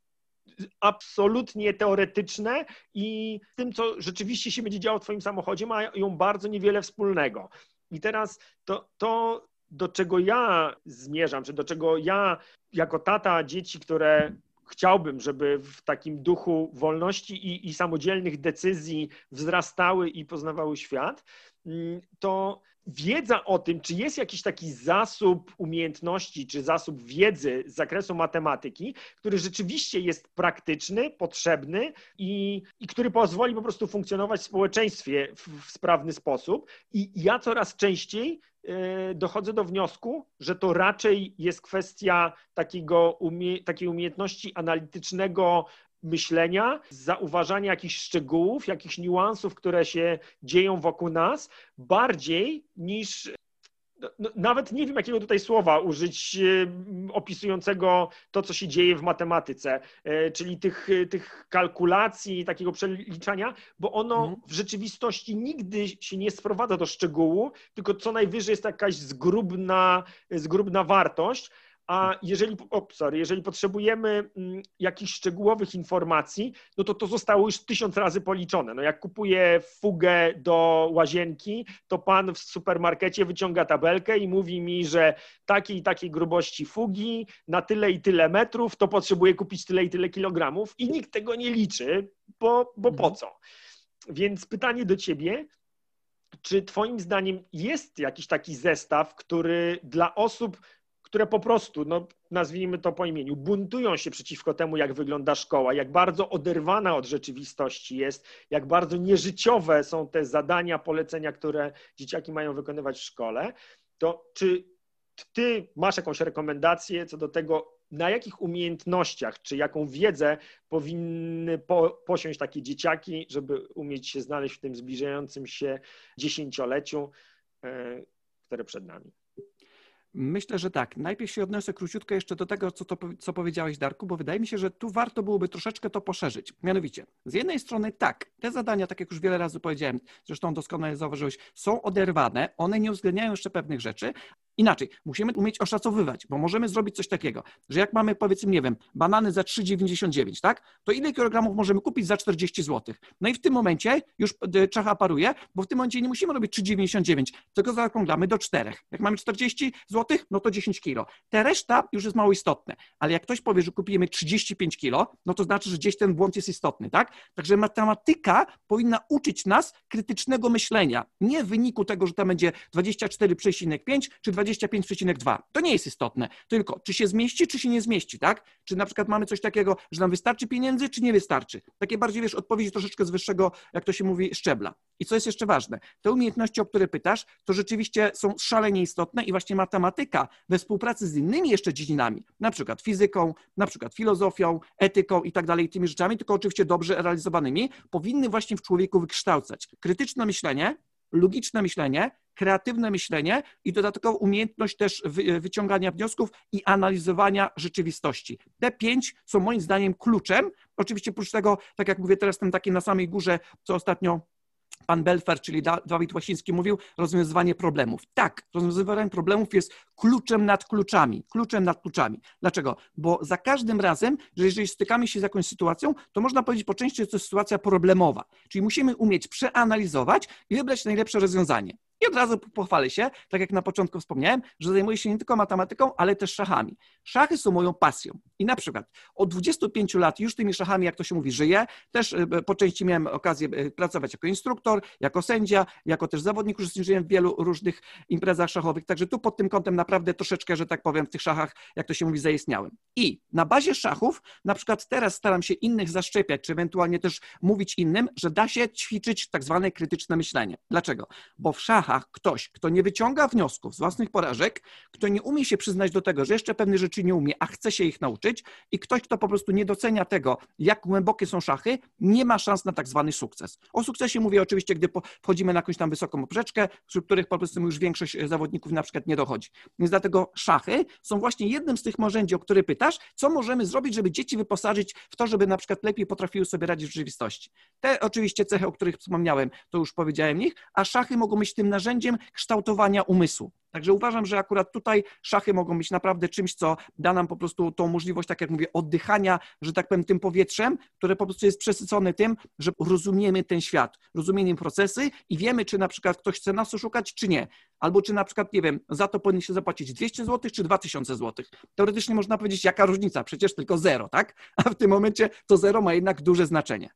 absolutnie teoretyczne i z tym, co rzeczywiście się będzie działo w twoim samochodzie, mają bardzo niewiele wspólnego. I teraz to do czego ja zmierzam, czy do czego ja jako tata dzieci, które chciałbym, żeby w takim duchu wolności i samodzielnych decyzji wzrastały i poznawały świat, to wiedza o tym, czy jest jakiś taki zasób umiejętności, czy zasób wiedzy z zakresu matematyki, który rzeczywiście jest praktyczny, potrzebny i który pozwoli po prostu funkcjonować w społeczeństwie w sprawny sposób. I ja coraz częściej dochodzę do wniosku, że to raczej jest kwestia takiej umiejętności analitycznego myślenia, zauważania jakichś szczegółów, jakichś niuansów, które się dzieją wokół nas, bardziej niż, nawet nie wiem, jakiego tutaj słowa użyć opisującego to, co się dzieje w matematyce, czyli tych kalkulacji, takiego przeliczania, bo ono w rzeczywistości nigdy się nie sprowadza do szczegółu, tylko co najwyżej jest jakaś zgrubna wartość. A jeżeli potrzebujemy jakichś szczegółowych informacji, no to zostało już 1000 razy policzone. No jak kupuję fugę do łazienki, to pan w supermarkecie wyciąga tabelkę i mówi mi, że takiej i takiej grubości fugi na tyle i tyle metrów, to potrzebuję kupić tyle i tyle kilogramów i nikt tego nie liczy, bo po co? Więc pytanie do ciebie, czy twoim zdaniem jest jakiś taki zestaw, który dla osób, które po prostu, no, nazwijmy to po imieniu, buntują się przeciwko temu, jak wygląda szkoła, jak bardzo oderwana od rzeczywistości jest, jak bardzo nieżyciowe są te zadania, polecenia, które dzieciaki mają wykonywać w szkole, to czy ty masz jakąś rekomendację co do tego, na jakich umiejętnościach, czy jaką wiedzę powinny posiąść takie dzieciaki, żeby umieć się znaleźć w tym zbliżającym się 10-leciu, które przed nami?
Myślę, że tak. Najpierw się odniosę króciutko jeszcze do tego, co powiedziałeś, Darku, bo wydaje mi się, że tu warto byłoby troszeczkę to poszerzyć. Mianowicie, z jednej strony tak, te zadania, tak jak już wiele razy powiedziałem, zresztą doskonale zauważyłeś, są oderwane, one nie uwzględniają jeszcze pewnych rzeczy. Inaczej, musimy umieć oszacowywać, bo możemy zrobić coś takiego, że jak mamy, powiedzmy, nie wiem, banany za 3,99, tak? To ile kilogramów możemy kupić za 40 zł? No i w tym momencie już czacha paruje, bo w tym momencie nie musimy robić 3,99, tylko zaokrąglamy do 4. Jak mamy 40 zł, no to 10 kilo. Ta reszta już jest mało istotne, ale jak ktoś powie, że kupimy 35 kilo, no to znaczy, że gdzieś ten błąd jest istotny, tak? Także matematyka powinna uczyć nas krytycznego myślenia, nie w wyniku tego, że tam będzie 24,5 czy 25,2. To nie jest istotne, tylko czy się zmieści, czy się nie zmieści, tak? Czy na przykład mamy coś takiego, że nam wystarczy pieniędzy, czy nie wystarczy? Takie bardziej, odpowiedzi troszeczkę z wyższego, jak to się mówi, szczebla. I co jest jeszcze ważne? Te umiejętności, o które pytasz, to rzeczywiście są szalenie istotne i właśnie matematyka we współpracy z innymi jeszcze dziedzinami, na przykład fizyką, na przykład filozofią, etyką i tak dalej, tymi rzeczami, tylko oczywiście dobrze realizowanymi, powinny właśnie w człowieku wykształcać krytyczne myślenie, logiczne myślenie, kreatywne myślenie i dodatkowo umiejętność też wyciągania wniosków i analizowania rzeczywistości. Te 5 są moim zdaniem kluczem. Oczywiście oprócz tego, tak jak mówię, teraz ten taki na samej górze, co ostatnio pan Belfer, czyli Dawid Łasiński mówił, rozwiązywanie problemów. Tak, rozwiązywanie problemów jest kluczem nad kluczami. Kluczem nad kluczami. Dlaczego? Bo za każdym razem, że jeżeli stykamy się z jakąś sytuacją, to można powiedzieć po części, że to jest sytuacja problemowa. Czyli musimy umieć przeanalizować i wybrać najlepsze rozwiązanie. I od razu pochwalę się, tak jak na początku wspomniałem, że zajmuję się nie tylko matematyką, ale też szachami. Szachy są moją pasją. I na przykład od 25 lat już tymi szachami, jak to się mówi, żyję. Też po części miałem okazję pracować jako instruktor, jako sędzia, jako też zawodnik, uczestniczyłem w wielu różnych imprezach szachowych. Także tu pod tym kątem naprawdę troszeczkę, że tak powiem, w tych szachach, jak to się mówi, zaistniałem. I na bazie szachów, na przykład teraz staram się innych zaszczepiać, czy ewentualnie też mówić innym, że da się ćwiczyć tak zwane krytyczne myślenie. Dlaczego? Bo w szachach ktoś, kto nie wyciąga wniosków z własnych porażek, kto nie umie się przyznać do tego, że jeszcze pewne rzeczy nie umie, a chce się ich nauczyć i ktoś, kto po prostu nie docenia tego, jak głębokie są szachy, nie ma szans na tak zwany sukces. O sukcesie mówię oczywiście, gdy wchodzimy na jakąś tam wysoką poprzeczkę, wśród których po prostu już większość zawodników na przykład nie dochodzi. Więc dlatego szachy są właśnie jednym z tych narzędzi, o które pytasz, co możemy zrobić, żeby dzieci wyposażyć w to, żeby na przykład lepiej potrafiły sobie radzić w rzeczywistości. Te oczywiście cechy, o których wspomniałem, to już powiedziałem nich, a szachy mogą być tym narzędziem kształtowania umysłu. Także uważam, że akurat tutaj szachy mogą być naprawdę czymś, co da nam po prostu tą możliwość, tak jak mówię, oddychania, że tak powiem, tym powietrzem, które po prostu jest przesycone tym, że rozumiemy ten świat, rozumiemy procesy i wiemy, czy na przykład ktoś chce nas oszukać, czy nie. Albo czy na przykład, nie wiem, za to powinien się zapłacić 200 zł, czy 2000 zł. Teoretycznie można powiedzieć, jaka różnica, przecież tylko 0, tak? A w tym momencie to 0 ma jednak duże znaczenie.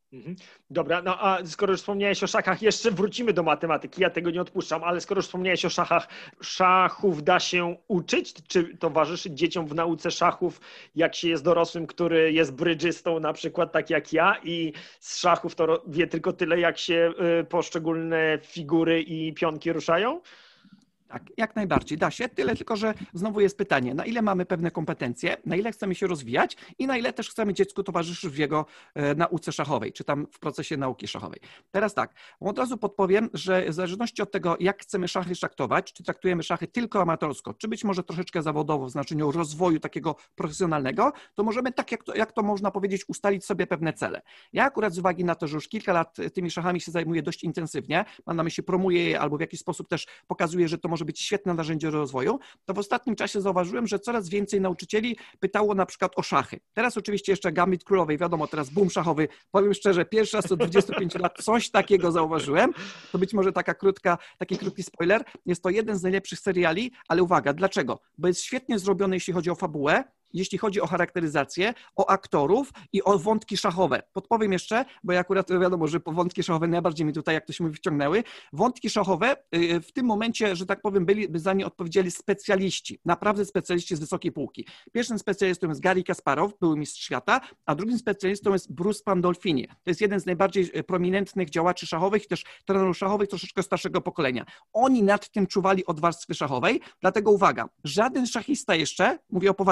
Dobra, no a skoro już wspomniałeś o szachach, jeszcze wrócimy do matematyki, ja tego nie odpuszczam, ale skoro już wspomniałeś o szachach, szachów da się uczyć? Czy towarzyszy dzieciom w nauce szachów, jak się jest dorosłym, który jest brydżystą na przykład, tak jak ja, i z szachów to wie tylko tyle, jak się poszczególne figury i pionki ruszają?
Tak, jak najbardziej da się, tyle tylko, że znowu jest pytanie, na ile mamy pewne kompetencje, na ile chcemy się rozwijać i na ile też chcemy dziecku towarzyszyć w jego nauce szachowej, czy tam w procesie nauki szachowej. Teraz tak, od razu podpowiem, że w zależności od tego, jak chcemy szachy traktować, czy traktujemy szachy tylko amatorsko, czy być może troszeczkę zawodowo w znaczeniu rozwoju takiego profesjonalnego, to możemy tak, jak to można powiedzieć, ustalić sobie pewne cele. Ja akurat z uwagi na to, że już kilka lat tymi szachami się zajmuję dość intensywnie, mam na myśli, promuję je albo w jakiś sposób też pokazuję, że to może być świetne narzędzie rozwoju, to w ostatnim czasie zauważyłem, że coraz więcej nauczycieli pytało na przykład o szachy. Teraz oczywiście jeszcze Gambit Królowej, wiadomo, teraz boom szachowy. Powiem szczerze, pierwszy raz od 25 lat coś takiego zauważyłem. To być może taki krótki spoiler. Jest to jeden z najlepszych seriali, ale uwaga, dlaczego? Bo jest świetnie zrobiony, jeśli chodzi o fabułę, jeśli chodzi o charakteryzację, o aktorów i o wątki szachowe. Podpowiem jeszcze, bo ja akurat wiadomo, że po wątki szachowe najbardziej mi tutaj, jak to się mówi, wciągnęły. Wątki szachowe w tym momencie, że tak powiem, byliby za nie odpowiedzieli specjaliści, naprawdę specjaliści z wysokiej półki. Pierwszym specjalistą jest Garry Kasparow, były mistrz świata, a drugim specjalistą jest Bruce Pandolfini. To jest jeden z najbardziej prominentnych działaczy szachowych i też trenerów szachowych troszeczkę starszego pokolenia. Oni nad tym czuwali od warstwy szachowej, dlatego uwaga, żaden szachista jeszcze, mówię o poważnym szachiście,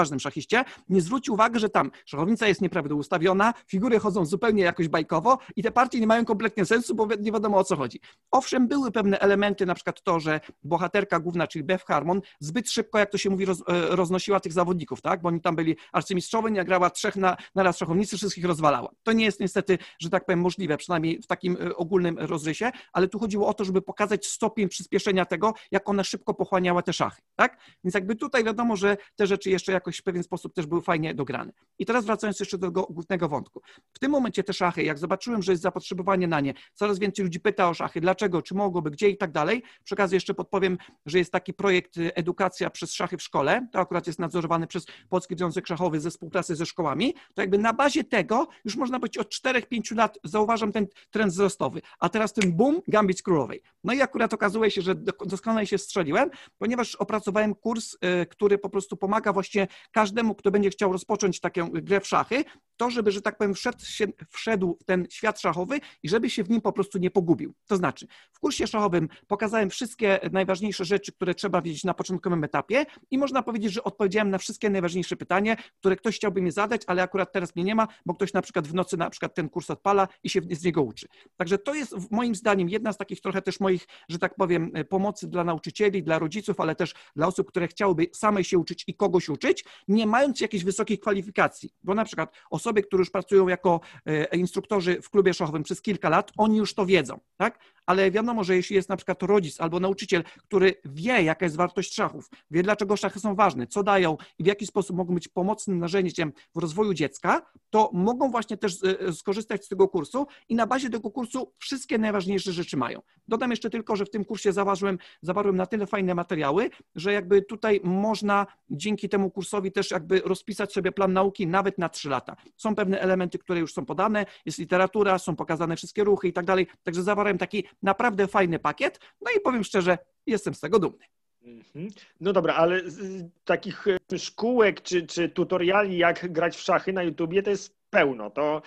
oczywiście, nie zwróci uwagi, że tam szachownica jest nieprawidłowo ustawiona, figury chodzą zupełnie jakoś bajkowo i te partie nie mają kompletnie sensu, bo nie wiadomo o co chodzi. Owszem, były pewne elementy, na przykład to, że bohaterka główna, czyli Beth Harmon, zbyt szybko, jak to się mówi, roznosiła tych zawodników, tak? Bo oni tam byli arcymistrzowie, nie grała 3 na raz szachownicy, wszystkich rozwalała. To nie jest niestety, że tak powiem, możliwe, przynajmniej w takim ogólnym rozrysie, ale tu chodziło o to, żeby pokazać stopień przyspieszenia tego, jak ona szybko pochłaniała te szachy, tak? Więc jakby tutaj wiadomo, że te rzeczy jeszcze jakoś w pewien sposób też były fajnie dograne. I teraz wracając jeszcze do tego głównego wątku. W tym momencie te szachy, jak zobaczyłem, że jest zapotrzebowanie na nie, coraz więcej ludzi pyta o szachy, dlaczego, czy mogłoby, gdzie i tak dalej. Przy okazji jeszcze podpowiem, że jest taki projekt Edukacja przez szachy w szkole, to akurat jest nadzorowany przez Polski Związek Szachowy ze współpracy ze szkołami, to jakby na bazie tego już można być od 4-5 lat, zauważam ten trend wzrostowy, a teraz ten boom Gambit Królowej. No i akurat okazuje się, że doskonale się strzeliłem, ponieważ opracowałem kurs, który po prostu pomaga właśnie każdemu, kto będzie chciał rozpocząć taką grę w szachy, to żeby, że tak powiem, wszedł w ten świat szachowy i żeby się w nim po prostu nie pogubił. To znaczy, w kursie szachowym pokazałem wszystkie najważniejsze rzeczy, które trzeba wiedzieć na początkowym etapie i można powiedzieć, że odpowiedziałem na wszystkie najważniejsze pytania, które ktoś chciałby mi zadać, ale akurat teraz mnie nie ma, bo ktoś na przykład w nocy na przykład ten kurs odpala i się z niego uczy. Także to jest moim zdaniem jedna z takich trochę też moich, że tak powiem, pomocy dla nauczycieli, dla rodziców, ale też dla osób, które chciałyby same się uczyć i kogoś uczyć, nie mając jakichś wysokich kwalifikacji, bo na przykład osoby, które już pracują jako instruktorzy w klubie szachowym przez kilka lat, oni już to wiedzą, tak? Ale wiadomo, że jeśli jest na przykład rodzic albo nauczyciel, który wie, jaka jest wartość szachów, wie, dlaczego szachy są ważne, co dają i w jaki sposób mogą być pomocnym narzędziem w rozwoju dziecka, to mogą właśnie też skorzystać z tego kursu i na bazie tego kursu wszystkie najważniejsze rzeczy mają. Dodam jeszcze tylko, że w tym kursie zawarłem na tyle fajne materiały, że jakby tutaj można dzięki temu kursowi też jakby rozpisać sobie plan nauki nawet na 3 lata. Są pewne elementy, które już są podane, jest literatura, są pokazane wszystkie ruchy i tak dalej, także zawarłem taki naprawdę fajny pakiet, no i powiem szczerze, jestem z tego dumny.
No dobra, ale z takich szkółek czy tutoriali, jak grać w szachy na YouTubie, to jest pełno. To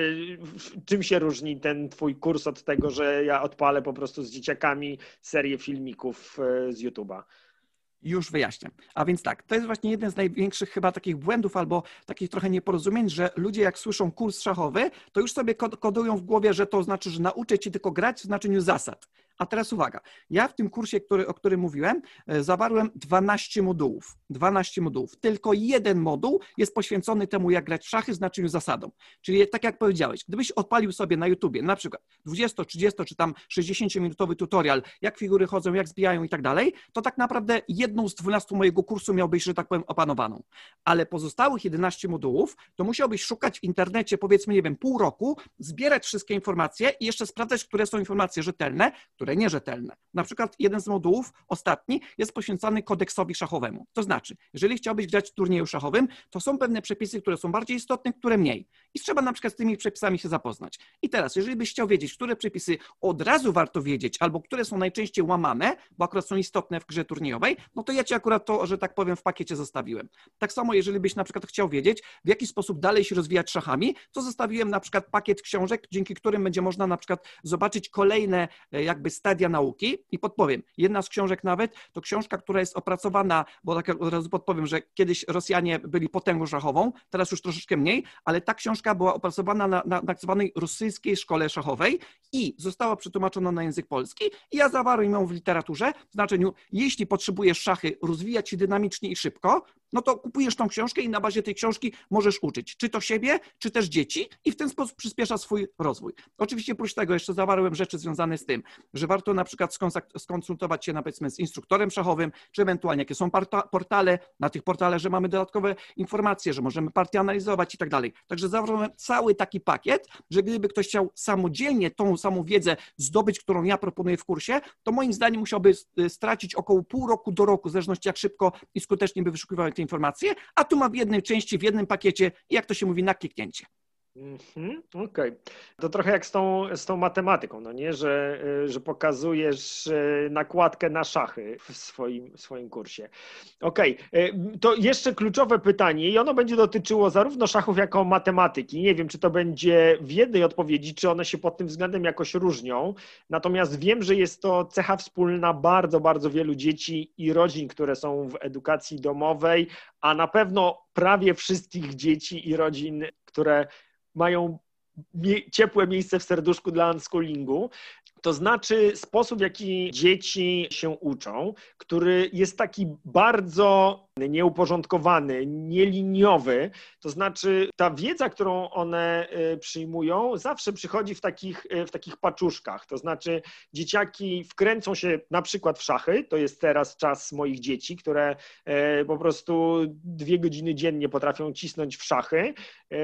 czym się różni ten twój kurs od tego, że ja odpalę po prostu z dzieciakami serię filmików z YouTuba?
Już wyjaśniam. A więc tak, to jest właśnie jeden z największych chyba takich błędów albo takich trochę nieporozumień, że ludzie jak słyszą kurs szachowy, to już sobie kodują w głowie, że to znaczy, że nauczę cię tylko grać w znaczeniu zasad. A teraz uwaga, ja w tym kursie, o którym mówiłem, zawarłem 12 modułów. 12 modułów. Tylko jeden moduł jest poświęcony temu, jak grać w szachy w znaczeniu zasadą. Czyli tak jak powiedziałeś, gdybyś odpalił sobie na YouTubie na przykład 20, 30 czy tam 60-minutowy tutorial, jak figury chodzą, jak zbijają i tak dalej, to tak naprawdę jedną z 12 mojego kursu miałbyś, że tak powiem, opanowaną. Ale pozostałych 11 modułów, to musiałbyś szukać w internecie, powiedzmy, nie wiem, pół roku, zbierać wszystkie informacje i jeszcze sprawdzać, które są informacje rzetelne, które nierzetelne. Na przykład jeden z modułów, ostatni, jest poświęcony kodeksowi szachowemu. To znaczy, jeżeli chciałbyś grać w turnieju szachowym, to są pewne przepisy, które są bardziej istotne, które mniej. I trzeba na przykład z tymi przepisami się zapoznać. I teraz, jeżeli byś chciał wiedzieć, które przepisy od razu warto wiedzieć, albo które są najczęściej łamane, bo akurat są istotne w grze turniejowej, no to ja ci akurat to, że tak powiem, w pakiecie zostawiłem. Tak samo, jeżeli byś na przykład chciał wiedzieć, w jaki sposób dalej się rozwijać szachami, to zostawiłem na przykład pakiet książek, dzięki którym będzie można na przykład zobaczyć kolejne jakby stadia nauki i podpowiem, jedna z książek nawet to książka, która jest opracowana, bo tak od razu podpowiem, że kiedyś Rosjanie byli potęgą szachową, teraz już troszeczkę mniej, ale ta książka była opracowana na tak zwanej rosyjskiej szkole szachowej i została przetłumaczona na język polski i ja zawarłem ją w literaturze, w znaczeniu, jeśli potrzebujesz szachy rozwijać się dynamicznie i szybko, no to kupujesz tą książkę i na bazie tej książki możesz uczyć, czy to siebie, czy też dzieci i w ten sposób przyspiesza swój rozwój. Oczywiście oprócz tego jeszcze zawarłem rzeczy związane z tym, że warto na przykład skonsultować się powiedzmy z instruktorem szachowym, czy ewentualnie jakie są portale, na tych portalach, że mamy dodatkowe informacje, że możemy partię analizować i tak dalej. Także zawarłem cały taki pakiet, że gdyby ktoś chciał samodzielnie tą samą wiedzę zdobyć, którą ja proponuję w kursie, to moim zdaniem musiałby stracić około pół roku do roku, w zależności jak szybko i skutecznie by wyszukiwał te informacje, a tu ma w jednej części, w jednym pakiecie, jak to się mówi, na kliknięcie.
Okej. To trochę jak z tą matematyką, no nie? Że pokazujesz nakładkę na szachy w swoim kursie. Okej. To jeszcze kluczowe pytanie i ono będzie dotyczyło zarówno szachów, jak i matematyki. Nie wiem, czy to będzie w jednej odpowiedzi, czy one się pod tym względem jakoś różnią. Natomiast wiem, że jest to cecha wspólna bardzo, bardzo wielu dzieci i rodzin, które są w edukacji domowej, a na pewno prawie wszystkich dzieci i rodzin, które mają ciepłe miejsce w serduszku dla unschoolingu. To znaczy sposób, w jaki dzieci się uczą, który jest taki bardzo nieuporządkowany, nieliniowy. To znaczy ta wiedza, którą one przyjmują, zawsze przychodzi w takich paczuszkach. To znaczy dzieciaki wkręcą się na przykład w szachy. To jest teraz czas moich dzieci, które po prostu 2 godziny dziennie potrafią cisnąć w szachy.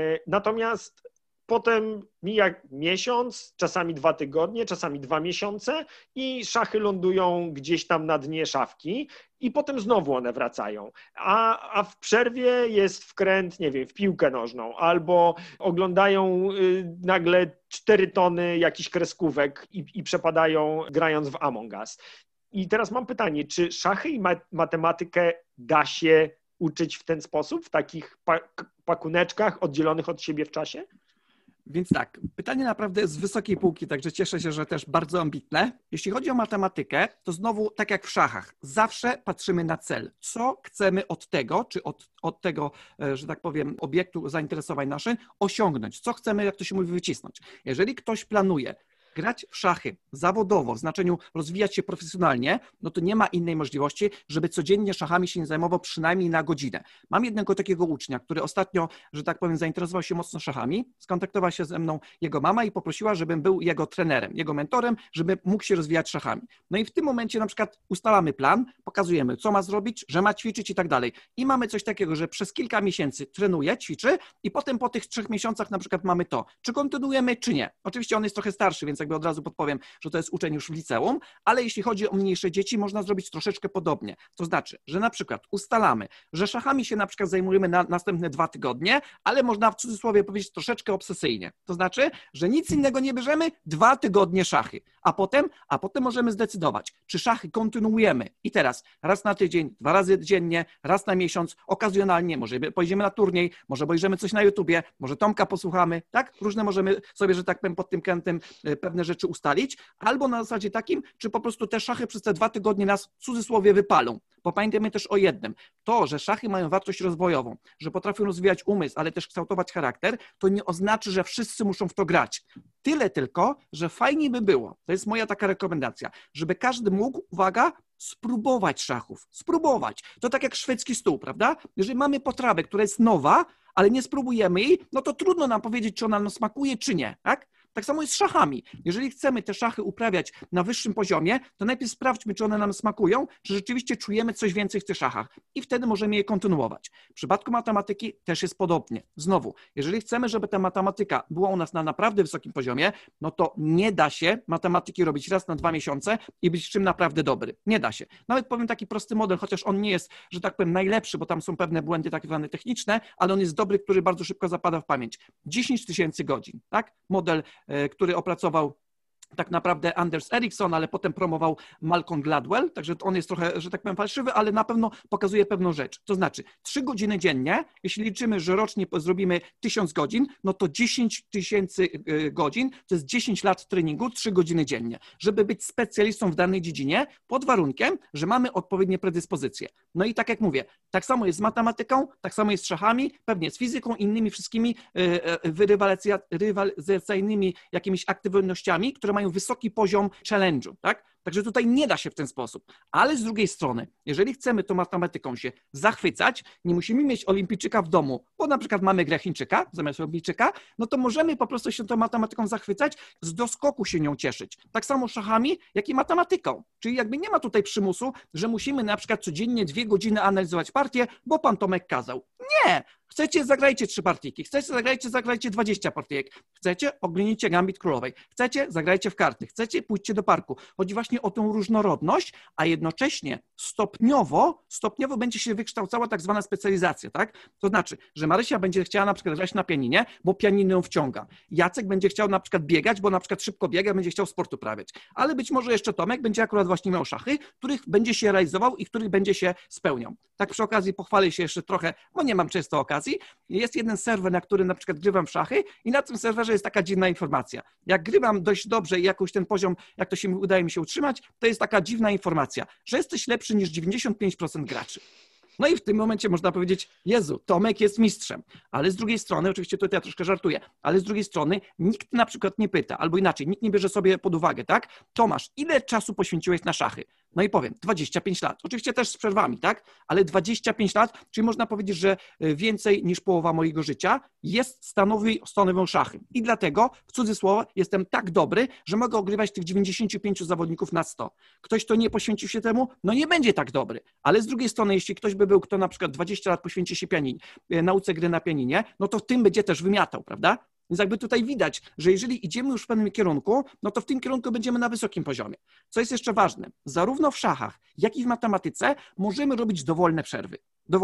Natomiast potem mija miesiąc, czasami 2 tygodnie, czasami 2 miesiące i szachy lądują gdzieś tam na dnie szafki i potem znowu one wracają. A w przerwie jest wkręt, nie wiem, w piłkę nożną albo oglądają nagle 4 tony jakichś kreskówek i przepadają grając w Among Us. I teraz mam pytanie, czy szachy i matematykę da się uczyć w ten sposób, w takich pakuneczkach oddzielonych od siebie w czasie?
Więc tak, pytanie naprawdę jest z wysokiej półki, także cieszę się, że też bardzo ambitne. Jeśli chodzi o matematykę, to znowu tak jak w szachach, zawsze patrzymy na cel. Co chcemy od tego, czy od tego, że tak powiem, obiektu zainteresowań naszych osiągnąć? Co chcemy, jak to się mówi, wycisnąć? Jeżeli ktoś planuje grać w szachy zawodowo, w znaczeniu rozwijać się profesjonalnie, no to nie ma innej możliwości, żeby codziennie szachami się nie zajmował przynajmniej na godzinę. Mam jednego takiego ucznia, który ostatnio, że tak powiem, zainteresował się mocno szachami, skontaktowała się ze mną jego mama i poprosiła, żebym był jego trenerem, jego mentorem, żeby mógł się rozwijać szachami. No i w tym momencie na przykład ustalamy plan, pokazujemy, co ma zrobić, że ma ćwiczyć i tak dalej. I mamy coś takiego, że przez kilka miesięcy trenuje, ćwiczy i potem po tych 3 miesiącach na przykład mamy to, czy kontynuujemy, czy nie. Oczywiście on jest trochę starszy, więc jakby od razu podpowiem, że to jest uczeń już w liceum, ale jeśli chodzi o mniejsze dzieci, można zrobić troszeczkę podobnie. To znaczy, że na przykład ustalamy, że szachami się na przykład zajmujemy na następne 2 tygodnie, ale można w cudzysłowie powiedzieć troszeczkę obsesyjnie. To znaczy, że nic innego nie bierzemy, 2 tygodnie szachy, a potem możemy zdecydować, czy szachy kontynuujemy i teraz raz na tydzień, 2 razy dziennie, raz na miesiąc, okazjonalnie, może pojedziemy na turniej, może obejrzymy coś na YouTubie, może Tomka posłuchamy, tak? Różne możemy sobie, że tak powiem, pod tym kątem pewne rzeczy ustalić, albo na zasadzie takim, czy po prostu te szachy przez te 2 tygodnie nas w cudzysłowie wypalą. Bo pamiętajmy też o jednym. To, że szachy mają wartość rozwojową, że potrafią rozwijać umysł, ale też kształtować charakter, to nie oznacza, że wszyscy muszą w to grać. Tyle tylko, że fajnie by było, to jest moja taka rekomendacja, żeby każdy mógł, uwaga, spróbować szachów. Spróbować. To tak jak szwedzki stół, prawda? Jeżeli mamy potrawę, która jest nowa, ale nie spróbujemy jej, no to trudno nam powiedzieć, czy ona nam smakuje, czy nie, tak? Tak samo jest z szachami. Jeżeli chcemy te szachy uprawiać na wyższym poziomie, to najpierw sprawdźmy, czy one nam smakują, czy rzeczywiście czujemy coś więcej w tych szachach i wtedy możemy je kontynuować. W przypadku matematyki też jest podobnie. Znowu, jeżeli chcemy, żeby ta matematyka była u nas na naprawdę wysokim poziomie, no to nie da się matematyki robić raz na 2 miesiące i być w czym naprawdę dobry. Nie da się. Nawet powiem taki prosty model, chociaż on nie jest, że tak powiem, najlepszy, bo tam są pewne błędy tak zwane techniczne, ale on jest dobry, który bardzo szybko zapada w pamięć. 10 000 godzin, tak? Model, który opracował tak naprawdę Anders Ericsson, ale potem promował Malcolm Gladwell, także on jest trochę, że tak powiem, falszywy, ale na pewno pokazuje pewną rzecz. To znaczy 3 godziny dziennie, jeśli liczymy, że rocznie zrobimy 1000 godzin, no to 10 000 godzin, to jest 10 lat treningu, 3 godziny dziennie, żeby być specjalistą w danej dziedzinie, pod warunkiem, że mamy odpowiednie predyspozycje. No i tak jak mówię, tak samo jest z matematyką, tak samo jest z szachami, pewnie z fizyką, innymi wszystkimi rywalizacyjnymi jakimiś aktywnościami, które mają wysoki poziom challenge'u, tak? Także tutaj nie da się w ten sposób. Ale z drugiej strony, jeżeli chcemy tą matematyką się zachwycać, nie musimy mieć olimpijczyka w domu, bo na przykład mamy grę Chińczyka zamiast olimpijczyka, no to możemy po prostu się tą matematyką zachwycać, z doskoku się nią cieszyć. Tak samo szachami, jak i matematyką. Czyli jakby nie ma tutaj przymusu, że musimy na przykład codziennie 2 godziny analizować partię, bo pan Tomek kazał. Nie! Chcecie, zagrajcie 3 partyjki. Chcecie, zagrajcie 20 partyjek. Chcecie, oglądnijcie Gambit Królowej. Chcecie, zagrajcie w karty. Chcecie, pójdźcie do parku. Chodzi właśnie o tą różnorodność, a jednocześnie stopniowo będzie się wykształcała tak zwana specjalizacja, tak? To znaczy, że Marysia będzie chciała na przykład grać na pianinie, bo pianino ją wciąga. Jacek będzie chciał na przykład biegać, bo na przykład szybko biega, będzie chciał sport uprawiać. Ale być może jeszcze Tomek będzie akurat właśnie miał szachy, których będzie się realizował i których będzie się spełniał. Tak przy okazji pochwalę się jeszcze trochę, bo nie mam często okazji. Jest jeden serwer, na którym na przykład grywam w szachy i na tym serwerze jest taka dziwna informacja. Jak grywam dość dobrze i jakoś ten poziom, jak to się udaje mi się utrzymać, to jest taka dziwna informacja, że jesteś lepszy niż 95% graczy. No i w tym momencie można powiedzieć, Jezu, Tomek jest mistrzem. Ale z drugiej strony, oczywiście tutaj ja troszkę żartuję, ale z drugiej strony nikt na przykład nie pyta, albo inaczej, nikt nie bierze sobie pod uwagę, tak? Tomasz, ile czasu poświęciłeś na szachy? No i powiem, 25 lat. Oczywiście też z przerwami, tak? Ale 25 lat, czyli można powiedzieć, że więcej niż połowa mojego życia stanowią szachy. I dlatego, w cudzysłowie, jestem tak dobry, że mogę ogrywać tych 95 zawodników na 100. Ktoś, kto nie poświęcił się temu, no nie będzie tak dobry. Ale z drugiej strony, jeśli ktoś by był, kto na przykład 20 lat poświęci się nauce gry na pianinie, no to w tym będzie też wymiatał, prawda? Więc jakby tutaj widać, że jeżeli idziemy już w pewnym kierunku, no to w tym kierunku będziemy na wysokim poziomie. Co jest jeszcze ważne, zarówno w szachach, jak i w matematyce możemy robić dowolne przerwy.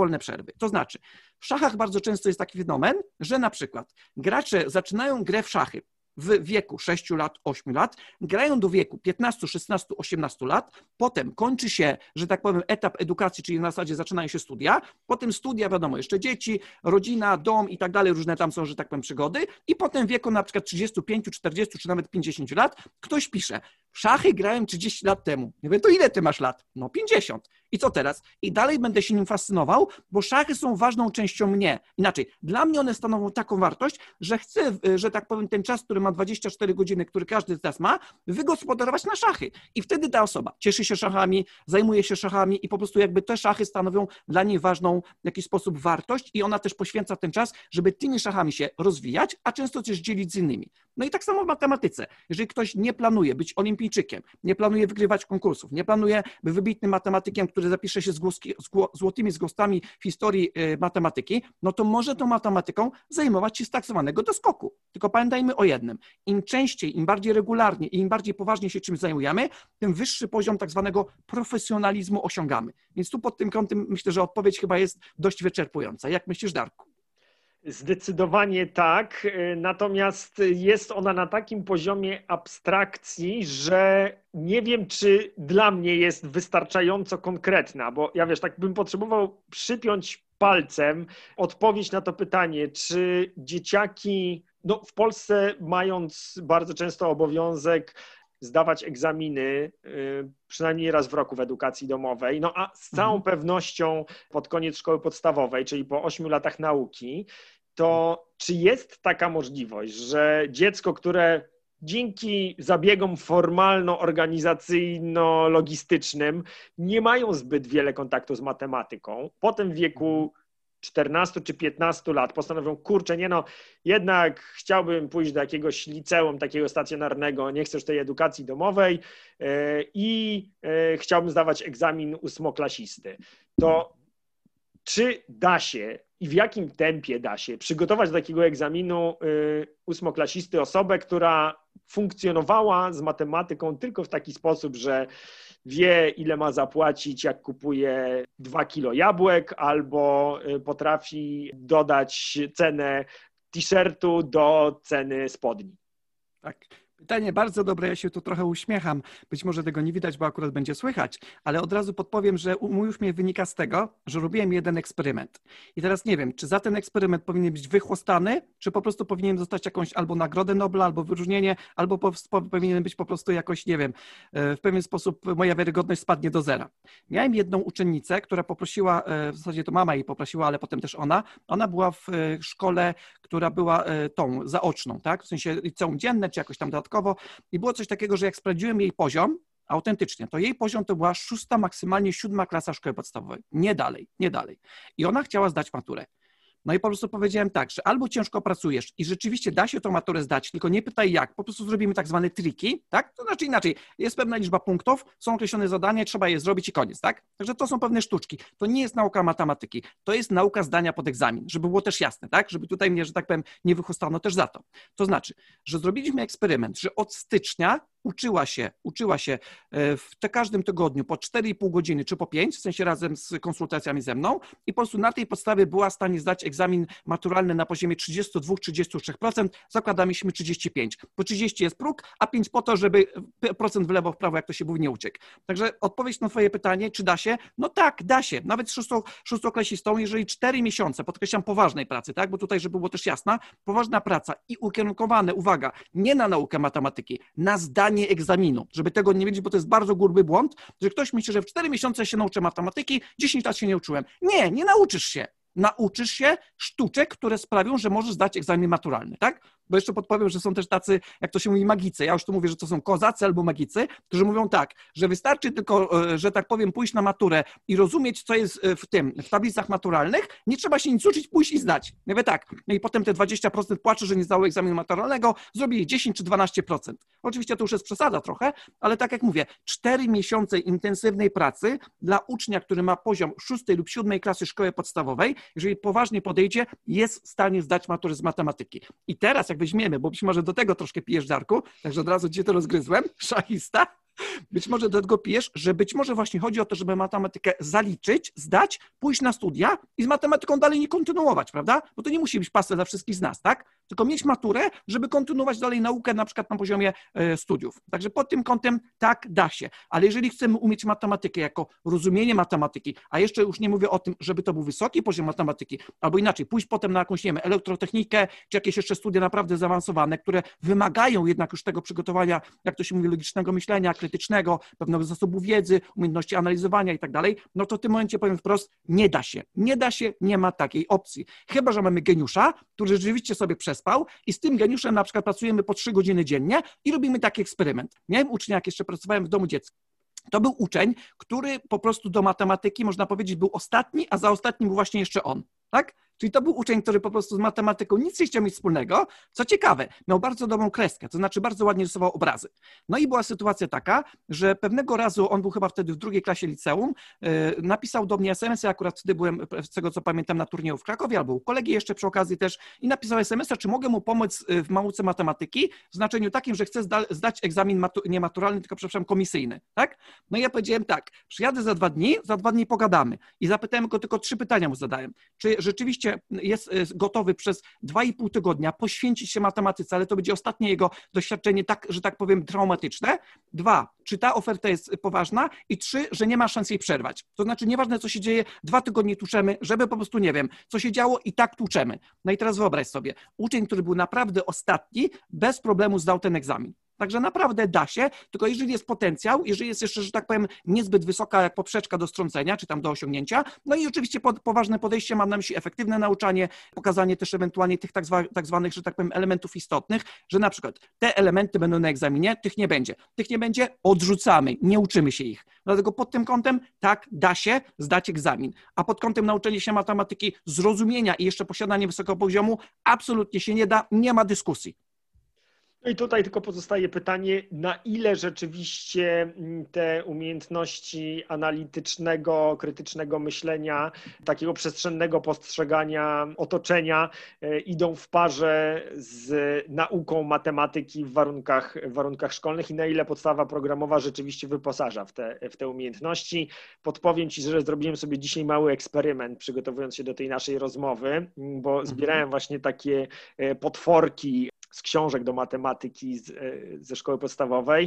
To znaczy, w szachach bardzo często jest taki fenomen, że na przykład gracze zaczynają grę w szachy w wieku 6 lat, 8 lat, grają do wieku 15, 16, 18 lat, potem kończy się, że tak powiem, etap edukacji, czyli na zasadzie zaczynają się studia, potem studia, wiadomo, jeszcze dzieci, rodzina, dom i tak dalej, różne tam są, że tak powiem, przygody i potem w wieku na przykład 35, 40 czy nawet 50 lat ktoś pisze, w szachy grałem 30 lat temu. Ja mówię, to ile ty masz lat? No 50. I co teraz? I dalej będę się nim fascynował, bo szachy są ważną częścią mnie. Inaczej, dla mnie one stanowią taką wartość, że chcę, że tak powiem, ten czas, który ma 24 godziny, który każdy z nas ma, wygospodarować na szachy. I wtedy ta osoba cieszy się szachami, zajmuje się szachami i po prostu jakby te szachy stanowią dla niej ważną w jakiś sposób wartość i ona też poświęca ten czas, żeby tymi szachami się rozwijać, a często też dzielić z innymi. No i tak samo w matematyce. Jeżeli ktoś nie planuje być olimpijczykiem, nie planuje wygrywać konkursów, nie planuje być wybitnym matematykiem, który zapisze się z złotymi zgłostami w historii matematyki, no to może tą matematyką zajmować się z tak zwanego doskoku. Tylko pamiętajmy o jednym. Im częściej, im bardziej regularnie i im bardziej poważnie się czymś zajmujemy, tym wyższy poziom tak zwanego profesjonalizmu osiągamy. Więc tu pod tym kątem myślę, że odpowiedź chyba jest dość wyczerpująca. Jak myślisz, Darku?
Zdecydowanie tak, natomiast jest ona na takim poziomie abstrakcji, że nie wiem, czy dla mnie jest wystarczająco konkretna, bo ja wiesz, tak bym potrzebował przypiąć palcem odpowiedź na to pytanie, czy dzieciaki, no w Polsce mając bardzo często obowiązek zdawać egzaminy przynajmniej raz w roku w edukacji domowej, no a z całą pewnością pod koniec szkoły podstawowej, czyli po 8 latach nauki, to czy jest taka możliwość, że dziecko, które dzięki zabiegom formalno-organizacyjno-logistycznym nie mają zbyt wiele kontaktu z matematyką, potem w wieku 14 czy 15 lat postanowią, kurczę, nie no, jednak chciałbym pójść do jakiegoś liceum takiego stacjonarnego, nie chcę już tej edukacji domowej i chciałbym zdawać egzamin ósmoklasisty. To czy da się i w jakim tempie da się przygotować do takiego egzaminu ósmoklasisty osobę, która funkcjonowała z matematyką tylko w taki sposób, że wie, ile ma zapłacić, jak kupuje 2 kilo jabłek, albo potrafi dodać cenę t-shirtu do ceny spodni?
Tak. Pytanie bardzo dobre, ja się tu trochę uśmiecham. Być może tego nie widać, bo akurat będzie słychać, ale od razu podpowiem, że mój uśmiech wynika z tego, że robiłem jeden eksperyment. I teraz nie wiem, czy za ten eksperyment powinien być wychłostany, czy po prostu powinien dostać jakąś albo nagrodę Nobla, albo wyróżnienie, albo powinien być po prostu jakoś, nie wiem, w pewien sposób moja wiarygodność spadnie do zera. Miałem jedną uczennicę, która poprosiła, w zasadzie to mama jej poprosiła, ale potem też ona była w szkole, która była tą zaoczną, tak? W sensie liceum dzienne, czy jakoś tam dodatkowo. I było coś takiego, że jak sprawdziłem jej poziom, autentycznie, to jej poziom to była 6., maksymalnie 7. klasa szkoły podstawowej. Nie dalej. I ona chciała zdać maturę. No i po prostu powiedziałem tak, że albo ciężko pracujesz i rzeczywiście da się tą maturę zdać, tylko nie pytaj jak, po prostu zrobimy tak zwane triki, tak? To znaczy inaczej, jest pewna liczba punktów, są określone zadania, trzeba je zrobić i koniec, tak? Także to są pewne sztuczki. To nie jest nauka matematyki, to jest nauka zdania pod egzamin, żeby było też jasne, tak? Żeby tutaj mnie, że tak powiem, nie wychostano też za to. To znaczy, że zrobiliśmy eksperyment, że od stycznia uczyła się w każdym tygodniu po 4,5 godziny czy po 5, w sensie razem z konsultacjami ze mną i po prostu na tej podstawie była w stanie zdać egzamin maturalny na poziomie 32-33%, zakładaliśmy 35, bo 30 jest próg, a 5 po to, żeby procent w lewo, w prawo, jak to się mówi, nie uciekł. Także odpowiedź na twoje pytanie, czy da się? No tak, da się. Nawet szóstoklasistą, jeżeli 4 miesiące, podkreślam, poważnej pracy, tak, bo tutaj, żeby było też jasna, poważna praca i ukierunkowane, uwaga, nie na naukę matematyki, na zdanie egzaminu, żeby tego nie wiedzieć, bo to jest bardzo gruby błąd, że ktoś myśli, że w 4 miesiące się nauczę matematyki, 10 lat się nie uczyłem. Nie, nie nauczysz się. Nauczysz się sztuczek, które sprawią, że możesz zdać egzamin maturalny, tak? Bo jeszcze podpowiem, że są też tacy, jak to się mówi, magicy. Ja już tu mówię, że to są kozacy albo magicy, którzy mówią tak, że wystarczy tylko, że tak powiem, pójść na maturę i rozumieć, co jest w tablicach maturalnych, nie trzeba się nic uczyć, pójść i zdać. Ja mówię tak. No i potem te 20% płacze, że nie zdało egzaminu maturalnego, zrobili 10 czy 12%. Oczywiście to już jest przesada trochę, ale tak jak mówię, 4 miesiące intensywnej pracy dla ucznia, który ma poziom 6 lub 7 klasy szkoły podstawowej, jeżeli poważnie podejdzie, jest w stanie zdać maturę z matematyki. I teraz, jak weźmiemy, bo być może do tego troszkę pijesz, Darku, także od razu cię to rozgryzłem, szachista, być może do tego pijesz, że być może właśnie chodzi o to, żeby matematykę zaliczyć, zdać, pójść na studia i z matematyką dalej nie kontynuować, prawda? Bo to nie musi być pasja dla wszystkich z nas, tak? Tylko mieć maturę, żeby kontynuować dalej naukę na przykład na poziomie studiów. Także pod tym kątem tak, da się. Ale jeżeli chcemy umieć matematykę jako rozumienie matematyki, a jeszcze już nie mówię o tym, żeby to był wysoki poziom matematyki, albo inaczej, pójść potem na jakąś, nie wiem, elektrotechnikę, czy jakieś jeszcze studia naprawdę zaawansowane, które wymagają jednak już tego przygotowania, jak to się mówi, logicznego myślenia, krytycznego, pewnego zasobu wiedzy, umiejętności analizowania i tak dalej, no to w tym momencie powiem wprost, nie da się. Nie da się, nie ma takiej opcji. Chyba że mamy geniusza, który rzeczywiście sobie przespał i z tym geniuszem na przykład pracujemy po 3 godziny dziennie i robimy taki eksperyment. Miałem ucznia, jak jeszcze pracowałem w domu dziecka. To był uczeń, który po prostu do matematyki, można powiedzieć, był ostatni, a za ostatnim był właśnie jeszcze on, tak? Czyli to był uczeń, który po prostu z matematyką nic nie chciał mieć wspólnego. Co ciekawe, miał bardzo dobrą kreskę, to znaczy bardzo ładnie rysował obrazy. No i była sytuacja taka, że pewnego razu, on był chyba wtedy w 2. klasie liceum, napisał do mnie SMS-a, akurat wtedy byłem, z tego co pamiętam, na turnieju w Krakowie, albo u kolegi jeszcze przy okazji też, i napisał SMS-a, czy mogę mu pomóc w nauce matematyki, w znaczeniu takim, że chcę zdać egzamin nie maturalny, tylko przepraszam, komisyjny, tak? No i ja powiedziałem tak, przyjadę za 2 dni pogadamy. I zapytałem go, tylko 3 pytania mu zadałem. Czy rzeczywiście jest gotowy przez 2,5 tygodnia poświęcić się matematyce, ale to będzie ostatnie jego doświadczenie, tak, że tak powiem, traumatyczne. 2, czy ta oferta jest poważna i 3, że nie ma szans jej przerwać. To znaczy nieważne, co się dzieje, 2 tygodnie tłuczemy, żeby po prostu, nie wiem, co się działo i tak tłuczemy. No i teraz wyobraź sobie, uczeń, który był naprawdę ostatni, bez problemu zdał ten egzamin. Także naprawdę da się, tylko jeżeli jest potencjał, jeżeli jest jeszcze, że tak powiem, niezbyt wysoka jak poprzeczka do strącenia, czy tam do osiągnięcia, no i oczywiście poważne podejście, mam na myśli efektywne nauczanie, pokazanie też ewentualnie tych tak zwanych, że tak powiem, elementów istotnych, że na przykład te elementy będą na egzaminie, tych nie będzie. Tych nie będzie, odrzucamy, nie uczymy się ich. Dlatego pod tym kątem tak, da się zdać egzamin, a pod kątem nauczenia się matematyki, zrozumienia i jeszcze posiadania wysokiego poziomu absolutnie się nie da, nie ma dyskusji.
No i tutaj tylko pozostaje pytanie, na ile rzeczywiście te umiejętności analitycznego, krytycznego myślenia, takiego przestrzennego postrzegania otoczenia idą w parze z nauką matematyki w warunkach szkolnych i na ile podstawa programowa rzeczywiście wyposaża w te umiejętności. Podpowiem Ci, że zrobiłem sobie dzisiaj mały eksperyment, przygotowując się do tej naszej rozmowy, bo zbierałem właśnie takie potworki z książek do matematyki ze szkoły podstawowej